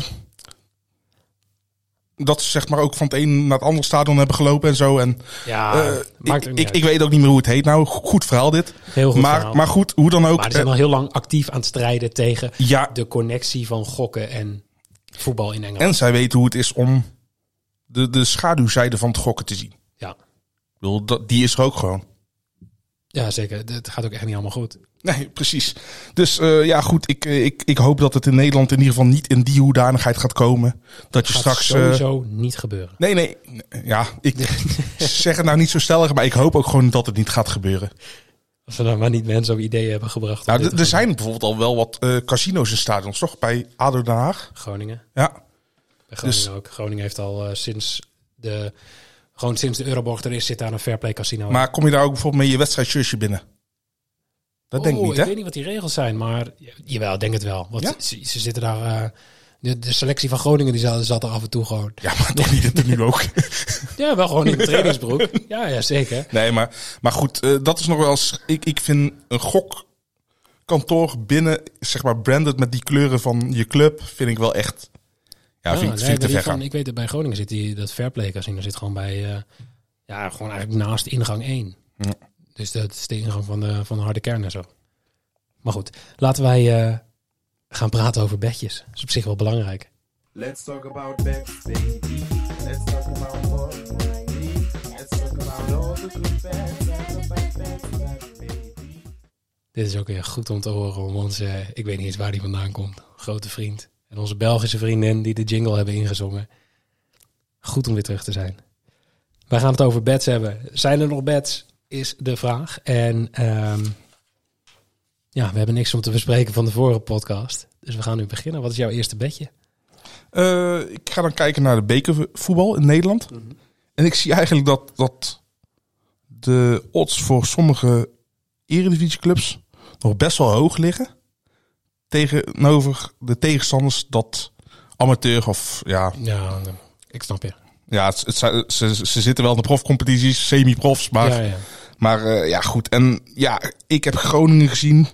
dat ze zeg maar ook van het een naar het andere stadion hebben gelopen en zo. En Ja, uh, maakt ik, ook niet ik, uit. ik weet ook niet meer hoe het heet nou. Goed verhaal dit. Heel goed maar, verhaal. maar goed, hoe dan ook. Maar ze zijn uh, al heel lang actief aan het strijden tegen ja, de connectie van gokken en voetbal in Engeland. en zij weten hoe het is om de, de schaduwzijde van het gokken te zien. Ja. Ik bedoel, dat, die is er ook gewoon. Ja, zeker. Het gaat ook echt niet allemaal goed. Nee, precies. Dus uh, ja, goed. Ik, ik, ik hoop dat het in Nederland in ieder geval niet in die hoedanigheid gaat komen. Dat je Gaat straks... uh, sowieso niet gebeuren. Nee, nee. Ja, ik zeg het nou niet zo stellig, maar ik hoop ook gewoon dat het niet gaat gebeuren. Als we dan maar niet mensen op ideeën hebben gebracht. om Nou, dit d- te er gaan zijn bijvoorbeeld al wel wat uh, casino's in stadions, toch? Bij ADO Den Haag. doen. Groningen. Ja. Bij Groningen Dus- ook. Groningen heeft al uh, sinds de... Gewoon sinds de Euroborg er is, zit daar een Fairplay casino. Maar kom je daar ook bijvoorbeeld met je wedstrijdshirtje binnen? Dat oh, denk ik niet, ik hè? weet niet wat die regels zijn, maar jawel, ik denk het wel. Want Ja? ze, ze zitten daar... Uh, de, de selectie van Groningen die zat, zat er af en toe gewoon... Ja, maar toch niet het nu ook. Ja, wel gewoon in de trainingsbroek. Ja, ja, zeker. Nee, maar, maar goed, uh, dat is nog wel eens... Ik, ik vind een gokkantoor binnen, zeg maar, branded met die kleuren van je club, vind ik wel echt... Ja, vind, Ah, ik- nee, vind ik te die ver van- gaan. Ik weet dat bij Groningen zit die, dat Fairplay casino zit gewoon bij... Uh, ja, gewoon eigenlijk naast ingang één. Ja. Dus dat is de ingang van de, van de harde kern en zo. Maar goed, laten wij uh, gaan praten over bedjes. Dat is op zich wel belangrijk. Let's talk about bets, baby. Let's talk about more, baby. Let's talk about all the good bets and the bad bets, baby. Dit is ook weer goed om te horen om onze... Ik weet niet eens waar die vandaan komt. Grote vriend. En onze Belgische vriendin die de jingle hebben ingezongen. Goed om weer terug te zijn. Wij gaan het over bets hebben. Zijn er nog bets? Is de vraag. En um, ja, we hebben niks om te bespreken van de vorige podcast. Dus we gaan nu beginnen. Wat is jouw eerste bedje? Uh, ik ga dan kijken naar de bekervoetbal in Nederland. Mm-hmm. En ik zie eigenlijk dat, dat de odds voor sommige eredivisieclubs nog best wel hoog liggen. Tegenover de tegenstanders dat amateur of ja... Ja, ik snap je. Ja, het, het, ze, ze zitten wel in de profcompetities, semi-profs, maar... Ja, ja. Maar uh, ja, goed. En ja, ik heb Groningen gezien.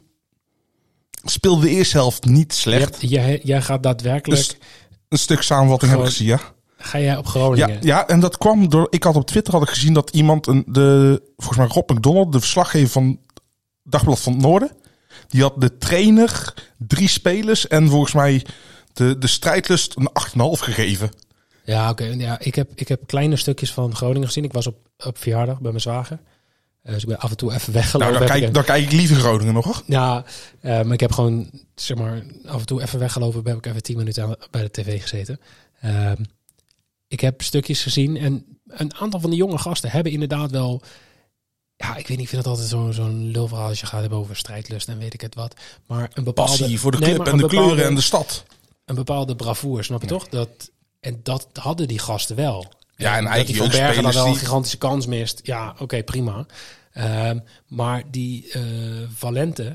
Speelde de eerste helft niet slecht. Jij, jij, jij gaat daadwerkelijk... Dus een stuk samenvatting heb ik gezien, ja. Ga jij op Groningen? Ja, ja, en dat kwam door... Ik had op Twitter had ik gezien dat iemand... Een, de volgens mij Rob McDonald, de verslaggever van Dagblad van het Noorden... Die had de trainer, drie spelers en volgens mij de, de strijdlust een acht komma vijf gegeven. Ja, oké. Okay. Ja, ik, heb, ik heb kleine stukjes van Groningen gezien. Ik was op, op verjaardag bij mijn zwager. Uh, dus ik ben af en toe even weggelopen. Nou, dan kijk, dan kijk ik liever Groningen nog, hoor. Ja, uh, maar ik heb gewoon, zeg maar, af en toe even weggelopen. Ben ik even tien minuten aan, bij de tv gezeten. Uh, ik heb stukjes gezien en een aantal van de jonge gasten hebben inderdaad wel... Ja, ik weet niet, ik vind het altijd zo, zo'n lulverhaal als je gaat hebben over strijdlust en weet ik het wat. Maar een bepaalde... Passie voor de nee, club en een de bepaalde, kleuren en de stad. Een bepaalde bravoure, snap je nee. toch? Dat, en dat hadden die gasten wel. Ja, en, en eigenlijk die Van Bergen dan wel die... een gigantische kans mist. Ja, oké, okay, prima. Um, maar die uh, Valente...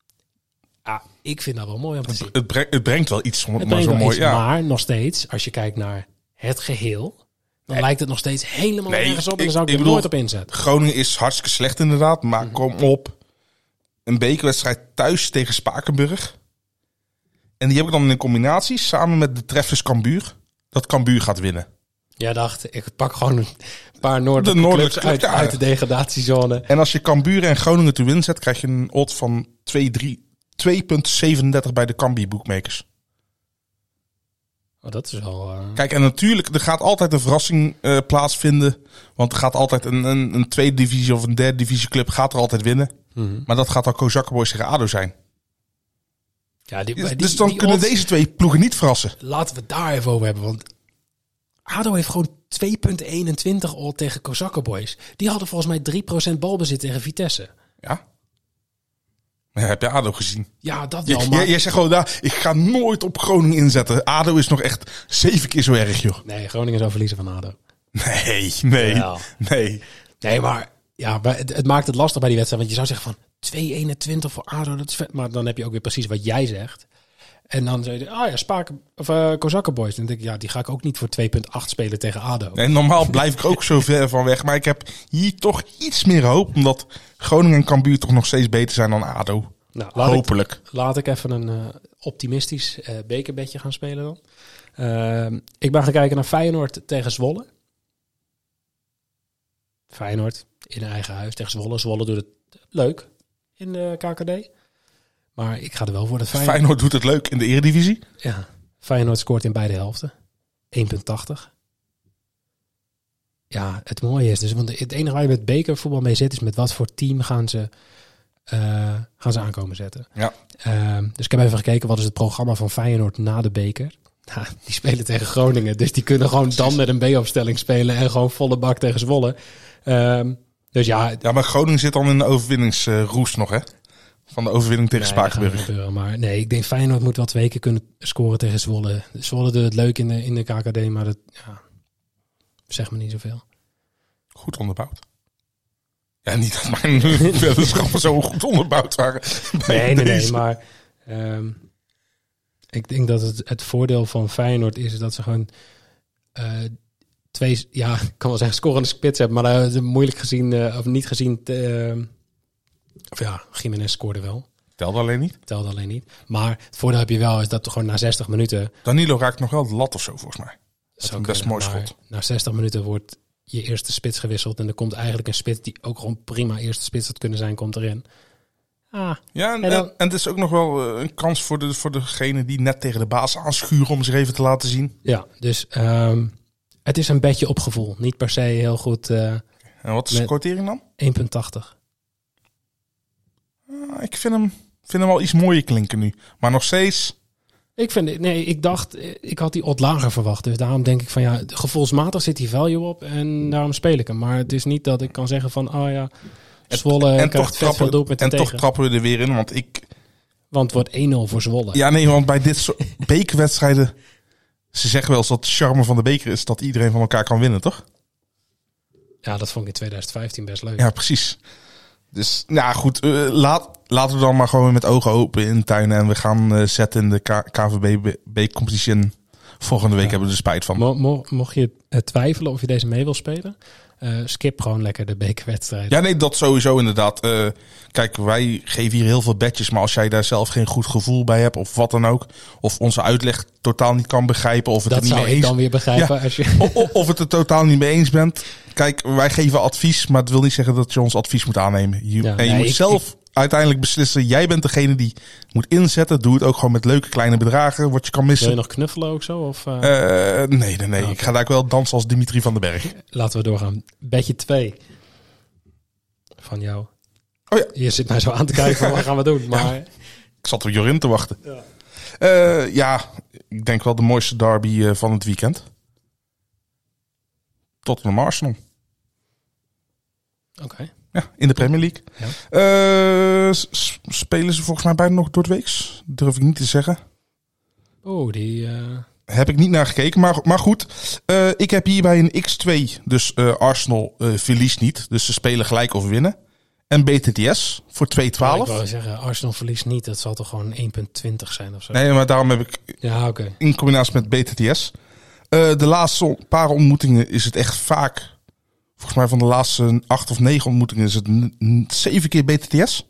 Ja, ik vind dat wel mooi om te zien. Het brengt, het brengt wel iets, het maar zo mooi. Iets, ja. Maar nog steeds, als je kijkt naar het geheel... Dan nee. lijkt het nog steeds helemaal nee, nergens op. En dan ik, zou ik, ik er bedoel, nooit op inzetten. Groningen is hartstikke slecht inderdaad. Maar mm-hmm. kom op. Een bekerwedstrijd thuis tegen Spakenburg. En die heb ik dan in een combinatie samen met de treffers Cambuur. Dat Cambuur gaat winnen. Ja, dacht ik pak gewoon een paar noordelijke, de noordelijke clubs uit, ja. uit de degradatiezone. En als je Cambuur en Groningen te win zet, krijg je een odd van twee komma zevenendertig bij de Cambuur bookmakers. Oh, dat is wel... Uh... Kijk, en natuurlijk, er gaat altijd een verrassing uh, plaatsvinden. Want er gaat altijd een, een, een tweede divisie of een derde divisie club gaat er altijd winnen. Mm-hmm. Maar dat gaat dan Kozakkenboys tegen ADO zijn. Ja, die, dus, die, dus dan die kunnen odds, deze twee ploegen niet verrassen. Laten we het daar even over hebben. Want ADO heeft gewoon twee komma eenentwintig odd tegen Kozakkenboys. Die hadden volgens mij drie procent balbezit tegen Vitesse. Ja. Maar heb je ADO gezien? Ja, dat wel. Je, maar... Jij, jij zegt gewoon, nou, ik ga nooit op Groningen inzetten. ADO is nog echt zeven keer zo erg, joh. Nee, Groningen zou verliezen van ADO. Nee, nee, ja. nee. Nee, maar ja, het, het maakt het lastig bij die wedstrijd. Want je zou zeggen van twee komma eenentwintig voor ADO, dat is vet. Maar dan heb je ook weer precies wat jij zegt. En dan zei je, ah ja, Spaken, of uh, Kozakkenboys. Dan denk ik, ja, die ga ik ook niet voor twee komma acht spelen tegen ADO. Nee, normaal blijf ik ook zo ver van weg. Maar ik heb hier toch iets meer hoop. Omdat Groningen en Cambuur toch nog steeds beter zijn dan ADO. Nou, laat hopelijk. Ik, laat ik even een uh, optimistisch uh, bekerbedje gaan spelen dan. Uh, ik ben gaan kijken naar Feyenoord tegen Zwolle. Feyenoord in eigen huis tegen Zwolle. Zwolle doet het leuk in de K K D. Maar ik ga er wel voor dat Feyenoord... Feyenoord doet het leuk in de Eredivisie. Ja, Feyenoord scoort in beide helften. één komma tachtig. Ja, het mooie is dus... Want het enige waar je met bekervoetbal mee zit... is met wat voor team gaan ze... Uh, gaan ze aankomen zetten. Ja. Uh, dus ik heb even gekeken, wat is het programma van Feyenoord na de beker? Nou, die spelen tegen Groningen, dus die kunnen gewoon dan met een B-opstelling spelen en gewoon volle bak tegen Zwolle. Uh, Dus ja, het- Ja, maar Groningen zit dan in de overwinningsroes nog, hè? Van de overwinning tegen nee, dat gaat niet Spakenburg. gebeuren. Maar nee, ik denk Feyenoord moet wel twee keer kunnen scoren tegen Zwolle. Zwolle doet het leuk in de, in de K K D, maar dat ja, zeg me niet zoveel. Goed onderbouwd. Ja, niet dat mijn weddenschappen zo goed onderbouwd waren. bij Nee, nee, nee, deze. maar ehm, ik denk dat het, het voordeel van Feyenoord is dat ze gewoon eh, twee, ja, ik kan wel zeggen scorende spits hebben, maar dat is moeilijk gezien, eh, of niet gezien. eh, of ja, Gimenez scoorde wel, Telde alleen niet. telde alleen niet. Maar het voordeel heb je wel is dat er gewoon na zestig minuten, Danilo raakt nog wel de lat of zo, volgens mij. Dat is zou een best kunnen, mooi maar schot. na zestig minuten wordt je eerste spits gewisseld en er komt eigenlijk een spits die ook gewoon prima eerste spits had kunnen zijn, komt erin. Ah, Ja, en, En dan- en, en het is ook nog wel eh, een kans voor, de, voor degene die net tegen de baas aanschuren om zich even te laten zien. ja, dus ehm, het is een beetje op gevoel. Niet per se heel goed eh En wat is de Met- quotering dan? één komma tachtig. Ah, ik vind hem, vind hem wel iets mooier klinken nu. Maar nog steeds... Ik vind, nee, ik dacht, eh, ik had die odd lager verwacht. Dus daarom denk ik van ja, gevoelsmatig zit die value op en daarom speel ik hem. Maar het is niet dat ik kan zeggen van, oh ja, Zwolle en krijgt toch vet veel trappen, doelpunten en toch tegen. trappen we er weer in. Want ik... Want het wordt één nul voor Zwolle. Ja, nee, want bij dit soort bekerwedstrijden... Ze zeggen wel eens dat de charme van de beker is dat iedereen van elkaar kan winnen, toch? Ja, dat vond ik in twintig vijftien best leuk. Ja, precies. Dus, nou goed, eh, laat, laten we dan maar gewoon met ogen open intuinen. En we gaan eh, zetten in de K- KVB-competitie. En volgende week Ja. hebben we er spijt van. Mo- mo- mocht je eh, twijfelen of je deze mee wil spelen, eh, skip gewoon lekker de bekerwedstrijd. Ja, nee, dat sowieso inderdaad. Eh, kijk, wij geven hier heel veel bedjes. Maar als jij daar zelf geen goed gevoel bij hebt of wat dan ook. Of onze uitleg totaal niet kan begrijpen. Of het dat er niet zou mee ik eens dan weer begrijpen. Ja. Als je, of, of- of het er totaal niet mee eens bent. Kijk, wij geven advies, maar het wil niet zeggen dat je ons advies moet aannemen. Je, Ja, en je nee, moet ik- zelf uiteindelijk beslissen. Jij bent degene die moet inzetten. Doe het ook gewoon met leuke kleine bedragen, wat je kan wil missen. je nog knuffelen ook zo? Of, eh, Eh, nee, nee, nee. Ah, Ik ga daar ook wel dansen als Dimitri van den Berg. Laten we doorgaan. Bedje twee van jou. Oh ja. Je zit mij zo aan te kijken van wat gaan we doen. Maar Ik zat op Jorin te wachten. Ja. Uh, ja, ik denk wel de mooiste derby uh, van het weekend. Tottenham Arsenal. oké. Okay. Ja, in de Premier League. Ja. Uh, s- spelen ze volgens mij bijna nog door de weeks? Durf ik niet te zeggen. Oh, die... Uh... Heb ik niet naar gekeken, maar, maar goed. Uh, ik heb hierbij een X twee. Dus uh, Arsenal uh, verliest niet. Dus ze spelen gelijk of winnen. En B T T S voor twee twaalf. Oh, ik wou zeggen, Arsenal verliest niet. Dat zal toch gewoon één komma twintig zijn of zo? Nee, maar daarom heb ik Ja, oké. Okay. in combinatie met B T T S. Uh, de laatste paar ontmoetingen is het echt vaak... Volgens mij van de laatste acht of negen ontmoetingen is het n- n- zeven keer B T T S.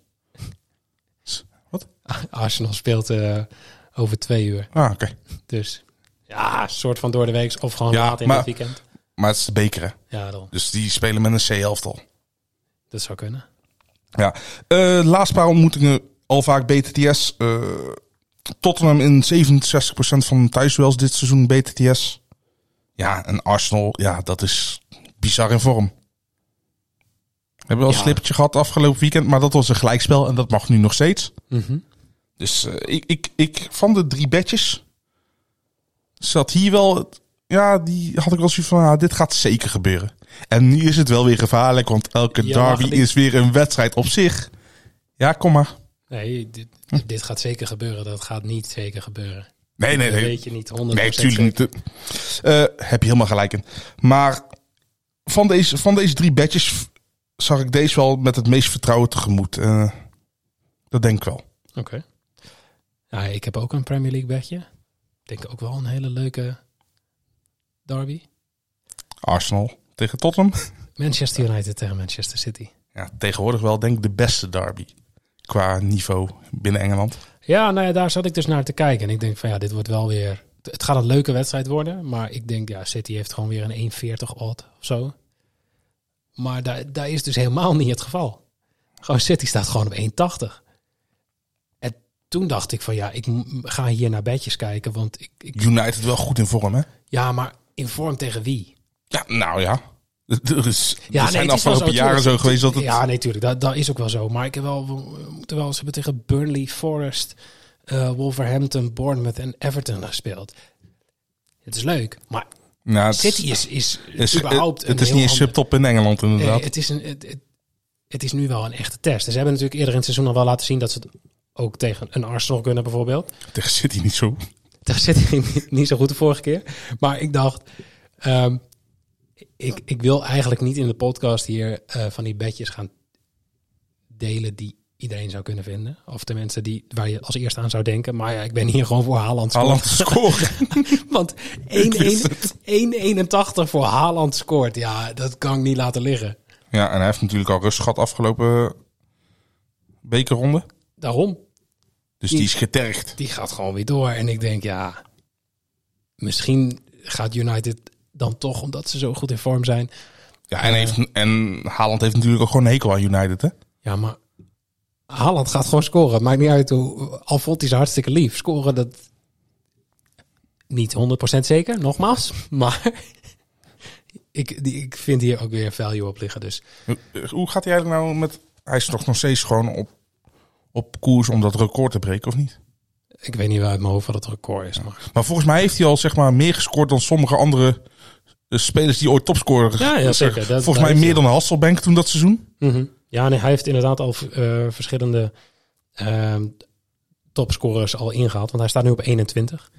Wat? Arsenal speelt uh, over twee uur. Ah, oké. Okay. Dus ja, soort van door de week of gewoon ja, laat in maar, het weekend. Maar het is de beker, hè? Ja, daarom. Dus die spelen met een C-elftal. Dat zou kunnen. Ja. Uh, laatste paar ontmoetingen al vaak B T T S. Uh, Tottenham in zevenenzestig procent van de thuisduels dit seizoen B T T S. Ja, en Arsenal, ja, dat is bizar in vorm. We hebben wel een ja. slippertje gehad afgelopen weekend, maar dat was een gelijkspel en dat mag nu nog steeds. Mm-hmm. Dus uh, ik, ik, ik van de drie bedjes zat hier wel, ja, die had ik wel zoiets van, ah, dit gaat zeker gebeuren. En nu is het wel weer gevaarlijk, want elke Ja, derby die... is weer een wedstrijd op zich. Ja, kom maar. Nee, dit, dit gaat zeker gebeuren. Dat gaat niet zeker gebeuren. Nee, nee, dat nee. weet je niet. honderd procent nee, tuurlijk niet. Uh, heb je helemaal gelijk in. Maar van deze, van deze drie bedjes zag ik deze wel met het meest vertrouwen tegemoet. Uh, dat denk ik wel. Oké. Okay. Ja, ik heb ook een Premier League bedje. Ik denk ook wel een hele leuke derby. Arsenal tegen Tottenham. Manchester United tegen Manchester City. Ja, tegenwoordig wel denk ik de beste derby qua niveau binnen Engeland. Ja, nou ja, daar zat ik dus naar te kijken. En ik denk van ja, dit wordt wel weer... Het gaat een leuke wedstrijd worden. Maar ik denk, ja, City heeft gewoon weer een één veertig odd of zo. Maar daar, daar is dus helemaal niet het geval. Gewoon City staat gewoon op één tachtig. En toen dacht ik van ja, ik ga hier naar bedjes kijken. Want ik, ik... United wel goed in vorm, hè? Ja, maar in vorm tegen wie? Ja, nou ja. Er, is, ja, er zijn nee, afgelopen zo, jaren zo geweest dat het... Ja, nee, tuurlijk. Dat, dat is ook wel zo. Maar ik heb wel, we moeten wel eens hebben tegen Burnley, Forest, uh, Wolverhampton, Bournemouth en Everton gespeeld. Het is leuk, maar nou, het City is, is, is überhaupt Het, het is niet een subtop in Engeland inderdaad. Nee, het is een, het, het, het is nu wel een echte test. En ze hebben natuurlijk eerder in het seizoen al wel laten zien dat ze het ook tegen een Arsenal kunnen bijvoorbeeld. Tegen City niet zo. Tegen City ging niet, niet zo goed de vorige keer. Maar ik dacht, um, ik, ik wil eigenlijk niet in de podcast hier uh, van die bedjes gaan delen die iedereen zou kunnen vinden. Of tenminste die waar je als eerste aan zou denken. Maar ja, ik ben hier gewoon voor Haaland scoren. Haaland scoren. Want één komma eenentachtig voor Haaland scoort. Ja, dat kan ik niet laten liggen. Ja, en hij heeft natuurlijk al rust gehad afgelopen bekerronde. Daarom. Dus die, die is getergd. Die gaat gewoon weer door. En ik denk, ja, misschien gaat United dan toch, omdat ze zo goed in vorm zijn. Ja, en, heeft, en Haaland heeft natuurlijk ook gewoon een hekel aan United, hè? Ja, maar Haaland gaat gewoon scoren. Maakt niet uit hoe, al vond hij ze hartstikke lief. Scoren, dat niet honderd procent zeker, nogmaals. Maar ik, die, ik vind hier ook weer value op liggen. Dus. Hoe gaat hij eigenlijk nou met... Hij is toch nog steeds gewoon op, op koers om dat record te breken, of niet? Ik weet niet wel uit mijn hoofd wat het record is. Maar, maar volgens mij heeft hij al zeg maar meer gescoord dan sommige andere spelers die ooit topscorer. Ja, ja zeker. Dat, volgens mij meer dan Hasselbank toen dat seizoen. Mm-hmm. Ja, nee, hij heeft inderdaad al uh, verschillende uh, topscorers al ingehaald. Want hij staat nu op eenentwintig.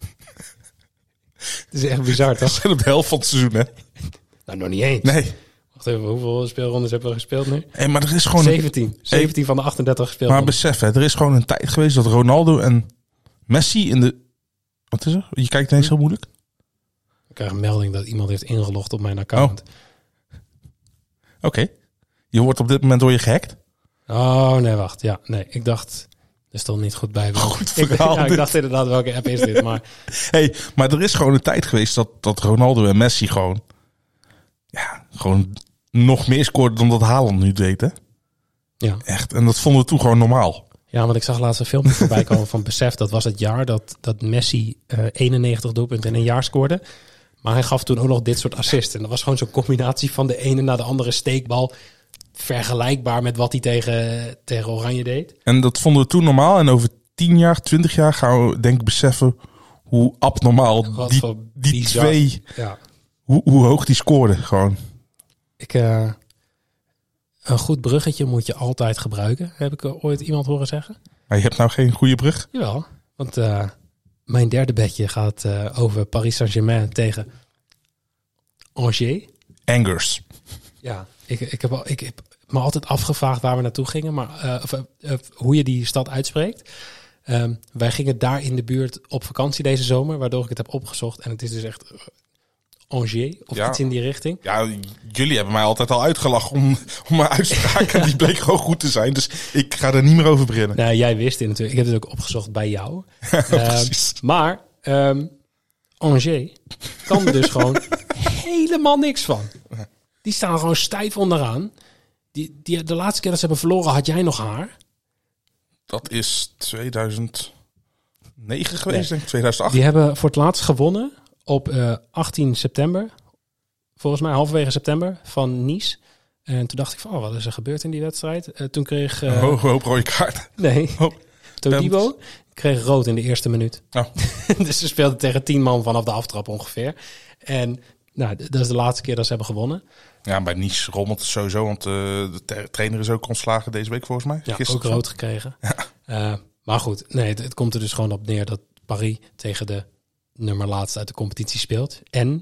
Het is echt bizar, toch? Dat is op de helft van het seizoen, hè? Nou, nog niet eens. Nee. Wacht even, hoeveel speelrondes hebben we gespeeld nu? Hey, maar er is gewoon zeventien. Een... zeventien van de achtendertig speelrondes. Maar besef, hè, er is gewoon een tijd geweest dat Ronaldo en Messi in de... Wat is er? Je kijkt ineens heel moeilijk. Ik krijg een melding dat iemand heeft ingelogd op mijn account. Oh. Oké. Okay. Je wordt op dit moment door je gehackt? Oh, nee, wacht. Ja, nee. Ik dacht... Er stond niet goed bij. Goed verhaal, ik, ja, ik dacht inderdaad, welke app is dit? Maar, hey, maar er is gewoon een tijd geweest dat, dat Ronaldo en Messi gewoon... Ja, gewoon nog meer scoorden dan dat Haaland nu deed, hè? Ja. Echt. En dat vonden we toen gewoon normaal. Ja, want ik zag laatst een filmpje voorbij komen van Besef. Dat was het jaar dat, dat Messi uh, eenennegentig doelpunten in een jaar scoorde. Maar hij gaf toen ook nog dit soort assists. En dat was gewoon zo'n combinatie van de ene naar de andere steekbal. Vergelijkbaar met wat hij tegen, tegen Oranje deed. En dat vonden we toen normaal. En over tien jaar, twintig jaar gaan we denk ik beseffen hoe abnormaal wat die, die twee... Ja. Hoe, hoe hoog die scoorden gewoon. Ik, uh, een goed bruggetje moet je altijd gebruiken. Heb ik ooit iemand horen zeggen. Maar je hebt nou geen goede brug? Jawel, want uh, mijn derde bedje gaat uh, over Paris Saint-Germain tegen Angers. Angers. Ja, ik, ik, heb, al, ik heb me altijd afgevraagd waar we naartoe gingen. Maar uh, of, uh, hoe je die stad uitspreekt. Um, wij gingen daar in de buurt op vakantie deze zomer. Waardoor ik het heb opgezocht. En het is dus echt... Angers, of ja. iets in die richting. Ja, jullie hebben mij altijd al uitgelachen om, om mijn uitspraken. Die bleek gewoon goed te zijn. Dus ik ga er niet meer over beginnen. Nou, jij wist het natuurlijk. Ik heb het ook opgezocht bij jou. uh, maar um, Angers kan er dus gewoon helemaal niks van. Die staan gewoon stijf onderaan. Die, die, de laatste keer dat ze hebben verloren, had jij nog haar? Dat is tweeduizend negen geweest, nee. denk ik. tweeduizend acht. Die hebben voor het laatst gewonnen op uh, achttien september. Volgens mij halverwege september van Nice. En toen dacht ik van, oh, wat is er gebeurd in die wedstrijd? Uh, toen kreeg... Uh, een hoge hoop rode kaart. Nee, oh, Todibo kreeg rood in de eerste minuut. Oh. Dus ze speelden tegen tien man vanaf de aftrap ongeveer. En nou, dat is de laatste keer dat ze hebben gewonnen. Ja, bij Nice rommelt het sowieso, want uh, de ter- trainer is ook ontslagen deze week volgens mij. Ja, Gisteren ook rood zo. gekregen. Ja. Uh, maar goed, nee, het, het komt er dus gewoon op neer dat Paris tegen de nummer laatste uit de competitie speelt. En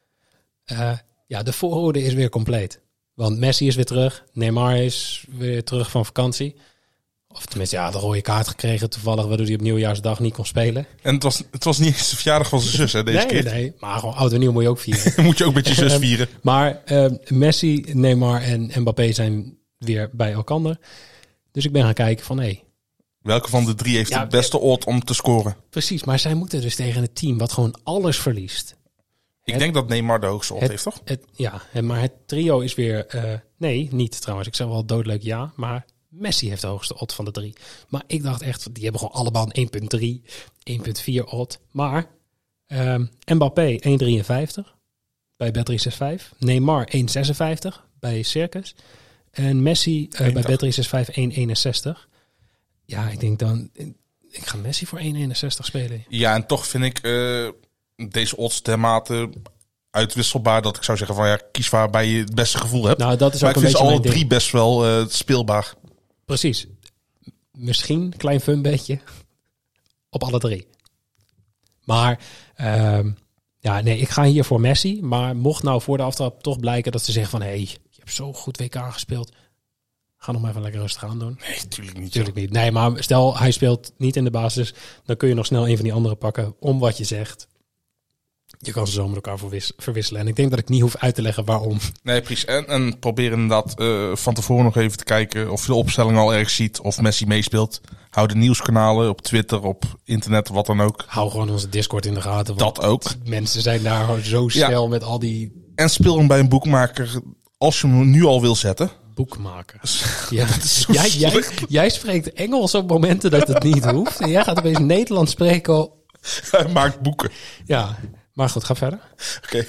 uh, ja, de voorhoede is weer compleet. Want Messi is weer terug. Neymar is weer terug van vakantie. Of tenminste, ja, de rode kaart gekregen toevallig, waardoor hij op nieuwjaarsdag niet kon spelen. En het was, het was niet eens de verjaardag van zijn zus, hè, deze nee, keer. Nee, maar gewoon oud en nieuw moet je ook vieren. Moet je ook met je zus vieren. Uh, maar uh, Messi, Neymar en Mbappé zijn weer bij elkaar. Dus ik ben gaan kijken van, hé. Hey, welke van de drie heeft ja, de beste odd om te scoren? Precies, maar zij moeten dus tegen een team wat gewoon alles verliest. Ik het, denk dat Neymar de hoogste odd heeft, toch? Het, ja, maar het trio is weer... Uh, nee, niet trouwens. Ik zeg wel doodleuk ja, maar Messi heeft de hoogste odd van de drie. Maar ik dacht echt, die hebben gewoon allemaal een één komma drie, één komma vier odd. Maar um, Mbappé één komma drieënvijftig bij Bet driehonderdzesenzestig. Neymar één komma zesenvijftig bij Circus. En Messi uh, bij Bet driehonderdzesenzestig één komma eenenzestig. Ja, ik denk dan... Ik ga Messi voor één komma eenenzestig spelen. Ja, en toch vind ik uh, deze odds dermate uitwisselbaar dat ik zou zeggen van ja, kies waarbij je het beste gevoel hebt. Nou, dat is maar ook ik een vind ze beetje alle mijn drie ding. best wel uh, speelbaar. Precies. Misschien een klein fun beetje. Op alle drie. Maar um, ja, nee, ik ga hier voor Messi. Maar mocht nou voor de aftrap toch blijken dat ze zeggen van hé, hey, je hebt zo goed W K gespeeld. Ga nog maar even lekker rustig aan doen. Nee, natuurlijk niet. Natuurlijk niet. Nee, maar stel hij speelt niet in de basis. Dan kun je nog snel een van die anderen pakken. Om wat je zegt. Je kan ze zo met elkaar verwis- verwisselen. En ik denk dat ik niet hoef uit te leggen waarom. Nee, precies. En, en probeer inderdaad uh, van tevoren nog even te kijken of je de opstelling al erg ziet. Of Messi meespeelt. Hou de nieuwskanalen op Twitter, op internet, wat dan ook. Hou gewoon onze Discord in de gaten. Want Dat ook. mensen zijn daar gewoon zo snel Ja. met al die En speel hem bij een boekmaker als je hem nu al wil zetten. boekmakers. Ja. Dat is zo Jij, jij, slecht. jij spreekt Engels op momenten dat het niet hoeft. En jij gaat opeens Nederlands spreken. Hij maakt boeken. Ja, maar goed, ga verder. Oké.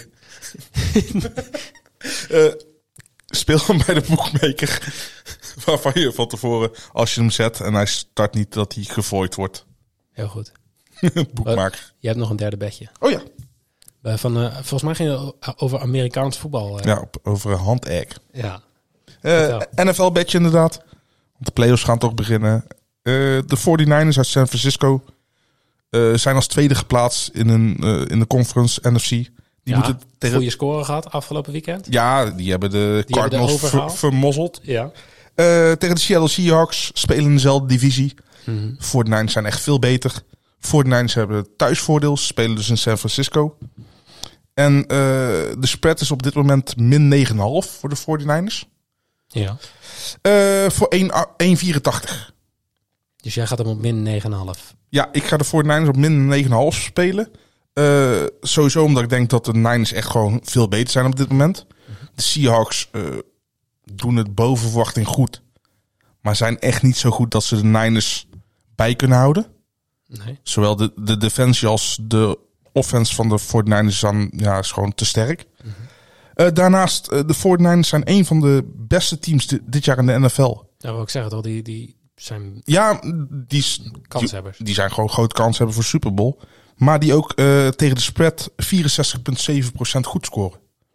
uh, speel hem bij de boekmaker. Waarvan je van tevoren, als je hem zet en hij start niet, dat hij gevooid wordt. Heel goed. Boekmaker. Je hebt nog een derde bedje. Oh ja. Uh, van, uh, volgens mij ging het over Amerikaans voetbal. Uh, Ja, op, over hand-egg. ja. Uh, N F L-bedje inderdaad. Want de playoffs gaan toch beginnen. Uh, de forty-niners uit San Francisco uh, zijn als tweede geplaatst in, een, uh, in de conference N F C. Die ja, moeten tegen... goede score gehad afgelopen weekend. Ja, die hebben de Die Cardinals hebben de ver, overgehaald. vermozzeld. Ja. Uh, tegen de Seattle Seahawks spelen in dezelfde divisie. Mm-hmm. forty-niners zijn echt veel beter. forty-niners hebben thuisvoordeel. Ze spelen dus in San Francisco. En uh, de spread is op dit moment min negen komma vijf voor de forty-niners. Ja. Uh, voor één komma vierentachtig. Dus jij gaat hem op min negen komma vijf. Ja, ik ga de forty-niners op min negen komma vijf spelen. Uh, sowieso omdat ik denk dat de Niners echt gewoon veel beter zijn op dit moment. De Seahawks uh, doen het boven verwachting goed. Maar zijn echt niet zo goed dat ze de Niners bij kunnen houden. Nee. Zowel de, de defensie als de offense van de forty-niners dan, ja, is gewoon te sterk. Mm-hmm. Uh, daarnaast, uh, de forty-niners zijn een van de beste teams di- dit jaar in de N F L. Nou, wil ik zeggen, toch, die, die zijn Ja, die, kanshebbers. die, die zijn gewoon grote kans hebben voor Super Bowl. Maar die ook uh, tegen de spread vierenzestig komma zeven procent goed scoren.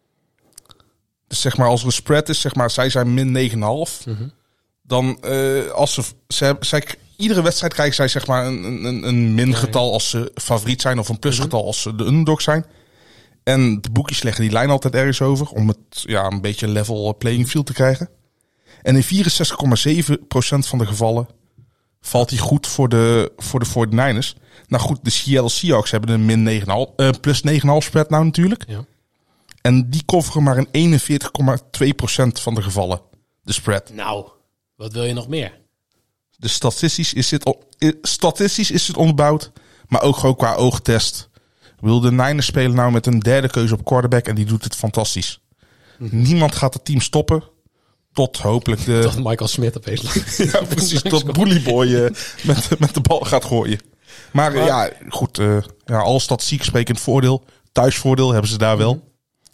Dus zeg maar, als er een spread is, zeg maar, zij zijn min negen komma vijf. Mm-hmm. Dan, uh, als ze, ze, zij, iedere wedstrijd krijgen zij zeg maar een, een, een mingetal als ze favoriet zijn. Of een plusgetal als ze de underdog zijn. En de boekjes leggen die lijn altijd ergens over. Om het ja, een beetje level playing field te krijgen. En in vierenzestig komma zeven procent van de gevallen valt hij goed voor de, voor de forty-niners. Nou goed, de Seattle Seahawks hebben een min negen komma vijf, uh, plus negen komma vijf spread nou natuurlijk. Ja. En die coveren maar in eenenveertig komma twee procent van de gevallen. De spread. Nou, wat wil je nog meer? Dus statistisch is dit, statistisch is het onderbouwd. Maar ook gewoon qua oogtest. Ik bedoel, de Niners spelen nou met een derde keuze op quarterback. En die doet het fantastisch. Mm-hmm. Niemand gaat het team stoppen. Tot hopelijk de... Tot Michael Smith opeens. Ja, precies. Tot Bully Boy uh, met, met de bal gaat gooien. Maar, maar ja, goed. Uh, ja, alle statistiek sprekend voordeel. Thuisvoordeel hebben ze daar wel.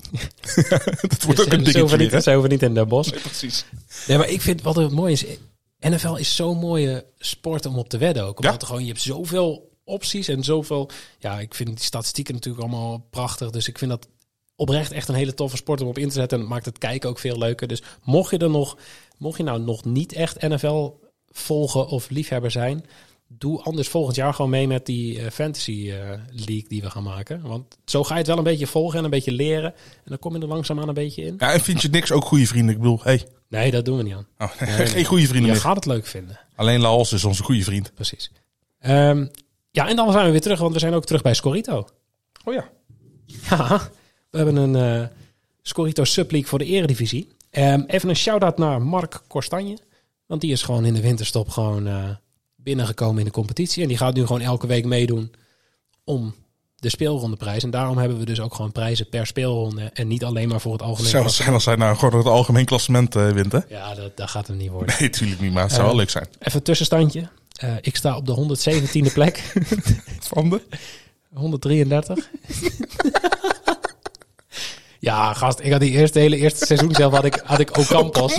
Dat wordt ook een dingetje Ze weer, niet, ze hoeven niet in de bos. Nee, precies. Nee, maar ik vind wat er mooi is... N F L is zo'n mooie sport om op te wedden ook. Omdat Ja. er gewoon, je hebt zoveel opties en zoveel... Ja, ik vind die statistieken natuurlijk allemaal prachtig. Dus ik vind dat oprecht echt een hele toffe sport om op in te zetten. En het maakt het kijken ook veel leuker. Dus mocht je er nog... Mocht je nou nog niet echt N F L volgen of liefhebber zijn... Doe anders volgend jaar gewoon mee met die uh, fantasy uh, league die we gaan maken. Want zo ga je het wel een beetje volgen en een beetje leren. En dan kom je er langzaamaan een beetje in. Ja, en vind je niks ook goede vrienden? Ik bedoel, hey. Nee, dat doen we niet aan. Oh, Nee, nee. geen goede vrienden Je meer. gaat het leuk vinden. Alleen Laos is onze goede vriend. Precies. Um, ja, en dan zijn we weer terug, want we zijn ook terug bij Scorito. Oh ja. Ja, we hebben een uh, Scorito Subleague voor de Eredivisie. Um, even een shout-out naar Mark Korstanje. Want die is gewoon in de winterstop gewoon uh, binnengekomen in de competitie. En die gaat nu gewoon elke week meedoen om de speelrondeprijs. En daarom hebben we dus ook gewoon prijzen per speelronde. En niet alleen maar voor het algemeen Zou het zijn als hij nou gewoon het algemeen klassement uh, wint, hè? Ja, dat, dat gaat hem niet worden. Nee, natuurlijk niet, maar het zou uh, wel leuk zijn. Even een tussenstandje. Uh, ik sta op de honderdzeventiende plek. Van de? honderddrieëndertig. Ja, gast, ik had die eerste hele eerste seizoen zelf had ik, had ik Ocampos.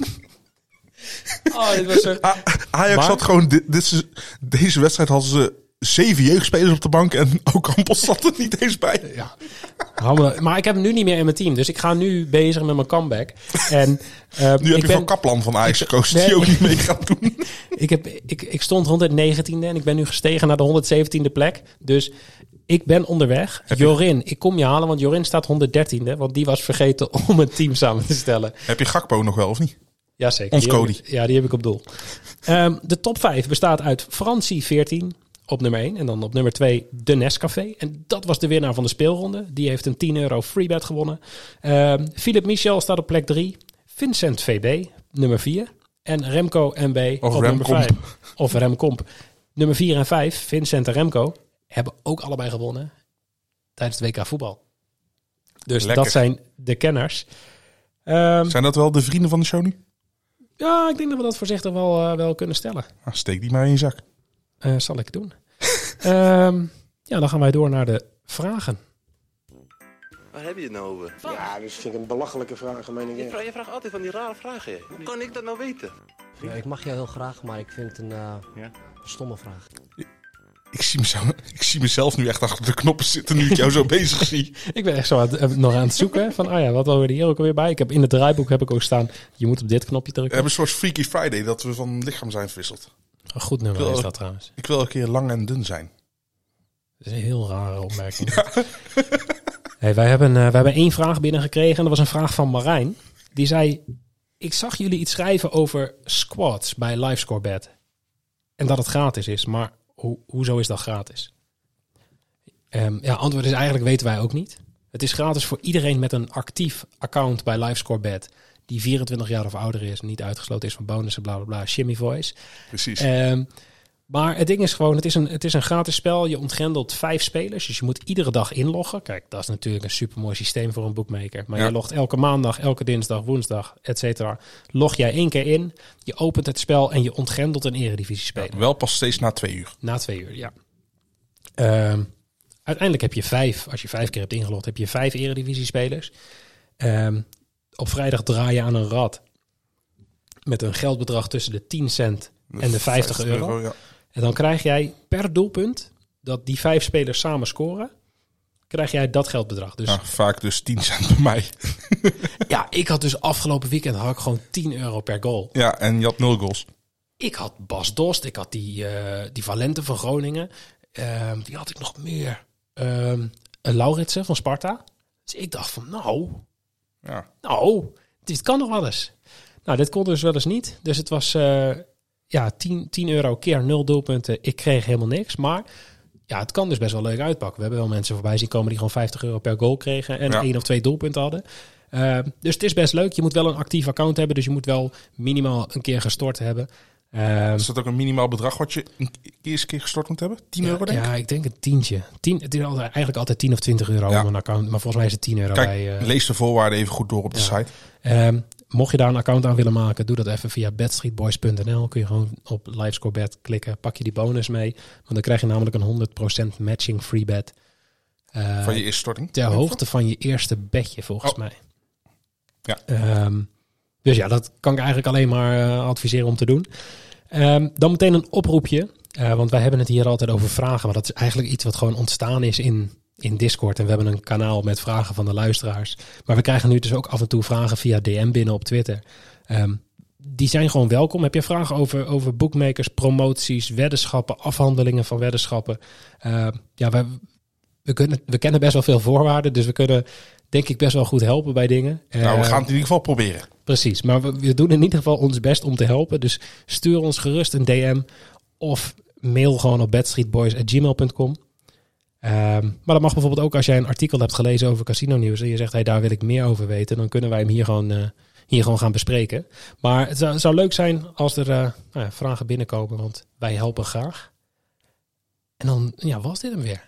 Oh, dit was zo... A- Ajax maar... had gewoon... Dit, dit is, deze wedstrijd hadden ze zeven jeugdspelers op de bank en ook Campos zat er niet eens bij. Ja. Maar ik heb hem nu niet meer in mijn team. Dus ik ga nu bezig met mijn comeback. En, uh, nu heb ik je ben, van Kaplan van Ajax gekozen nee, die ook ik, niet mee gaat doen. ik, heb, ik, ik stond honderdnegentiende en ik ben nu gestegen naar de honderdzeventiende plek. Dus ik ben onderweg. Heb je- Jorin, ik kom je halen, want Jorin staat honderddertiende. Want die was vergeten om een team samen te stellen. Heb je Gakpo nog wel of niet? Jazeker. Ons die heb Cody. ik- Ja, die heb ik op doel. Um, de top vijf bestaat uit Francie veertien op nummer één. En dan op nummer twee de Nescafé. En dat was de winnaar van de speelronde. Die heeft een tien euro freebet gewonnen. Um, Philip Michel staat op plek drie. Vincent V B, nummer vier. En Remco M B Of op nummer Remkomp. vijf. Of Remkomp. Nummer vier en vijf, Vincent en Remco, hebben ook allebei gewonnen tijdens het W K voetbal. Dus Lekker. dat zijn de kenners. Um, Zijn dat wel de vrienden van de show nu? ja, ik denk dat we dat voorzichtig wel, uh, wel kunnen stellen. Nou, steek die maar in je zak. Uh, zal ik doen. um, ja, dan gaan wij door naar de vragen. Waar heb je het nou over? Ja, dus vind ik een belachelijke vraag, meen Je ik. vraagt, je vraagt altijd van die rare vragen. hè. Hoe kan ik dat nou weten? Ja, ik mag jou heel graag, maar ik vind het een uh, Ja? stomme vraag. Ik zie, mezelf, ik zie mezelf nu echt achter de knoppen zitten nu ik jou zo bezig zie. Ik ben echt zo aan het, nog aan het zoeken van, oh ja, wat houden we hier ook alweer bij? Ik heb in het draaiboek heb ik ook staan, je moet op dit knopje We drukken. hebben een soort Freaky Friday dat we van lichaam zijn verwisseld. Een goed nummer Wel- is dat trouwens. Ik wil een keer lang en dun zijn. Dat is een heel rare opmerking. Hey, wij, hebben, uh, wij hebben één vraag binnengekregen en dat was een vraag van Marijn. Die zei, ik zag jullie iets schrijven over squats bij LiveScoreBet. En dat het gratis is, maar ho- hoezo is dat gratis? Um, ja, antwoord is eigenlijk weten wij ook niet. Het is gratis voor iedereen met een actief account bij LiveScoreBet. Die vierentwintig jaar of ouder is, niet uitgesloten is van bonussen, bla bla bla, shimmy voice. Precies. Um, maar het ding is gewoon, het is, een, het is een gratis spel. Je ontgrendelt vijf spelers, dus je moet iedere dag inloggen. Kijk, dat is natuurlijk een supermooi systeem voor een bookmaker. Maar Ja. je logt elke maandag, elke dinsdag, woensdag, et cetera. Log jij één keer in, je opent het spel en je ontgrendelt een eredivisie-speler. Wel pas steeds na twee uur. Na twee uur, ja. Um, uiteindelijk heb je vijf, als je vijf keer hebt ingelogd, heb je vijf eredivisie-spelers. Um, op vrijdag draai je aan een rad met een geldbedrag tussen de tien cent en de vijftig euro. Ja. En dan krijg jij per doelpunt dat die vijf spelers samen scoren, krijg jij dat geldbedrag. Dus Ja, vaak dus tien cent bij mij. ja, ik had dus afgelopen weekend had ik gewoon tien euro per goal. Ja, en je had nul goals. Ik had Bas Dost, ik had die, uh, die Valente van Groningen. Uh, die had ik nog meer. Uh, een Lauritsen van Sparta. Dus ik dacht van, nou, Ja. nou, dit kan nog wel eens. Nou, dit kon dus wel eens niet. Dus het was uh, ja, tien euro keer nul doelpunten. Ik kreeg helemaal niks. Maar ja, het kan dus best wel leuk uitpakken. We hebben wel mensen voorbij zien komen die gewoon vijftig euro per goal kregen. En Ja. één of twee doelpunten hadden. Uh, dus het is best leuk. Je moet wel een actief account hebben. Dus je moet wel minimaal een keer gestort hebben. Uh, Is dat ook een minimaal bedrag wat je een eerste keer gestort moet hebben? tien euro denk ik? Ja, ik denk een tientje. Tien, het is altijd, eigenlijk altijd tien of twintig euro Ja. om een account. Maar volgens mij is het tien euro Kijk, bij... Uh, lees de voorwaarden even goed door op de ja. site. Um, mocht je daar een account aan willen maken, doe dat even via betstreetboys punt n l. Kun je gewoon op LiveScoreBet klikken, pak je die bonus mee. Want dan krijg je namelijk een honderd procent matching free bet. Uh, Van je eerste storting? ter hoogte van je eerste bedje, volgens Oh. mij. Ja. Um, dus ja, dat kan ik eigenlijk alleen maar uh, adviseren om te doen. Um, dan meteen een oproepje. Uh, want wij hebben het hier altijd over vragen. Maar dat is eigenlijk iets wat gewoon ontstaan is in, in Discord. En we hebben een kanaal met vragen van de luisteraars. Maar we krijgen nu dus ook af en toe vragen via D M binnen op Twitter. Um, die zijn gewoon welkom. Heb je vragen over, over bookmakers, promoties, weddenschappen, afhandelingen van weddenschappen? Uh, ja, we, we, kunnen, we kennen best wel veel voorwaarden. Dus we kunnen, denk ik, best wel goed helpen bij dingen. Nou, we Uh, gaan het in ieder geval proberen. Precies, maar we, we doen in ieder geval ons best om te helpen. Dus stuur ons gerust een D M of mail gewoon op betstreetboys at gmail punt com. Um, maar dat mag bijvoorbeeld ook als jij een artikel hebt gelezen over Casino Nieuws en je zegt, hey, daar wil ik meer over weten. Dan kunnen wij hem hier gewoon, uh, hier gewoon gaan bespreken. Maar het zou, zou leuk zijn als er uh, nou ja, vragen binnenkomen, want wij helpen graag. En dan, ja, was dit hem weer?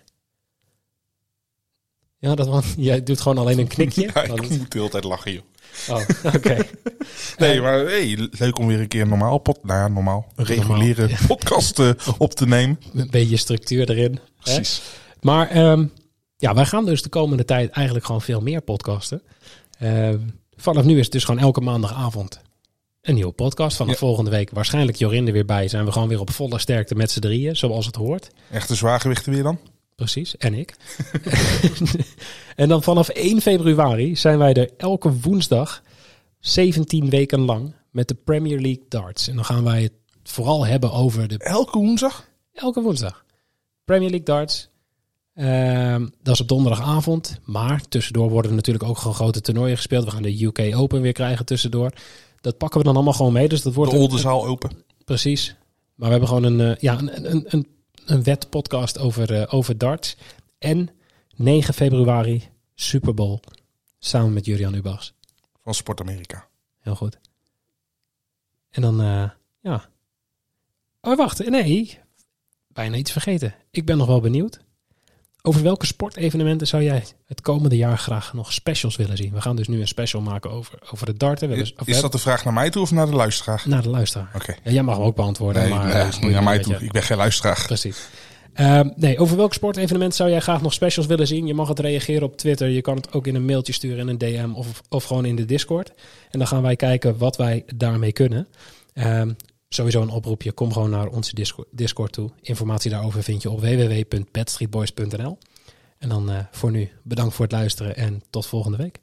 Ja, dat, want jij doet gewoon alleen een knikje. Ja, ik Want- moet de hele tijd lachen, joh. Oh, oké. Okay. Nee, maar hey, leuk om weer een keer normaal, pod, nou ja, normaal, een reguliere Normaal, ja. podcast uh, op te nemen. Een beetje structuur erin. Hè? Precies. Maar um, ja, wij gaan dus de komende tijd eigenlijk gewoon veel meer podcasten. Uh, vanaf nu is het dus gewoon elke maandagavond een nieuwe podcast. Vanaf Ja. volgende week waarschijnlijk Jorinde er weer bij. Zijn we gewoon weer op volle sterkte met z'n drieën, zoals het hoort. Echte zwaargewichten weer dan? Precies, en ik. En dan vanaf één februari zijn wij er elke woensdag zeventien weken lang met de Premier League darts. En dan gaan wij het vooral hebben over de... Elke woensdag? Elke woensdag. Premier League darts. Ehm, dat is op donderdagavond. Maar tussendoor worden er natuurlijk ook gewoon grote toernooien gespeeld. We gaan de U K Open weer krijgen tussendoor. Dat pakken we dan allemaal gewoon mee. Dus dat wordt De een- Oldenzaal open. Precies. Maar we hebben gewoon een, uh, ja, een, een, een, een wetpodcast over, uh, over darts. En negen februari Super Bowl. Samen met Julian Ubachs. Van Sport Amerika. Heel goed. En dan, uh, ja. Oh, wacht. Nee. Bijna iets vergeten. Ik ben nog wel benieuwd. Over welke sportevenementen zou jij het komende jaar graag nog specials willen zien? We gaan dus nu een special maken over, over de darten. We Is, hebben, of we is dat hebben- de vraag naar mij toe of naar de luisteraar? naar de luisteraar. Oké. Ja, jij mag hem ook beantwoorden. Nee, maar, nee, uh, is moet niet je naar mij een toe. beetje- Ik ben geen luisteraar. Precies. Ehm, nee, over welk sportevenement zou jij graag nog specials willen zien? Je mag het reageren op Twitter. Je kan het ook in een mailtje sturen in een D M of, of gewoon in de Discord. En dan gaan wij kijken wat wij daarmee kunnen. Ehm, sowieso een oproepje. Kom gewoon naar onze Discord, Discord toe. Informatie daarover vind je op w w w punt badstreetboys punt n l. En dan uh, voor nu bedankt voor het luisteren en tot volgende week.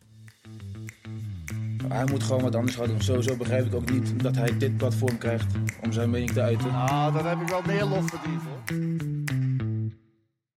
Hij moet gewoon wat anders gaan doen. Sowieso begrijp ik ook niet dat hij dit platform krijgt om zijn mening te uiten. Ah, dan heb ik wel meer lof verdiend hoor.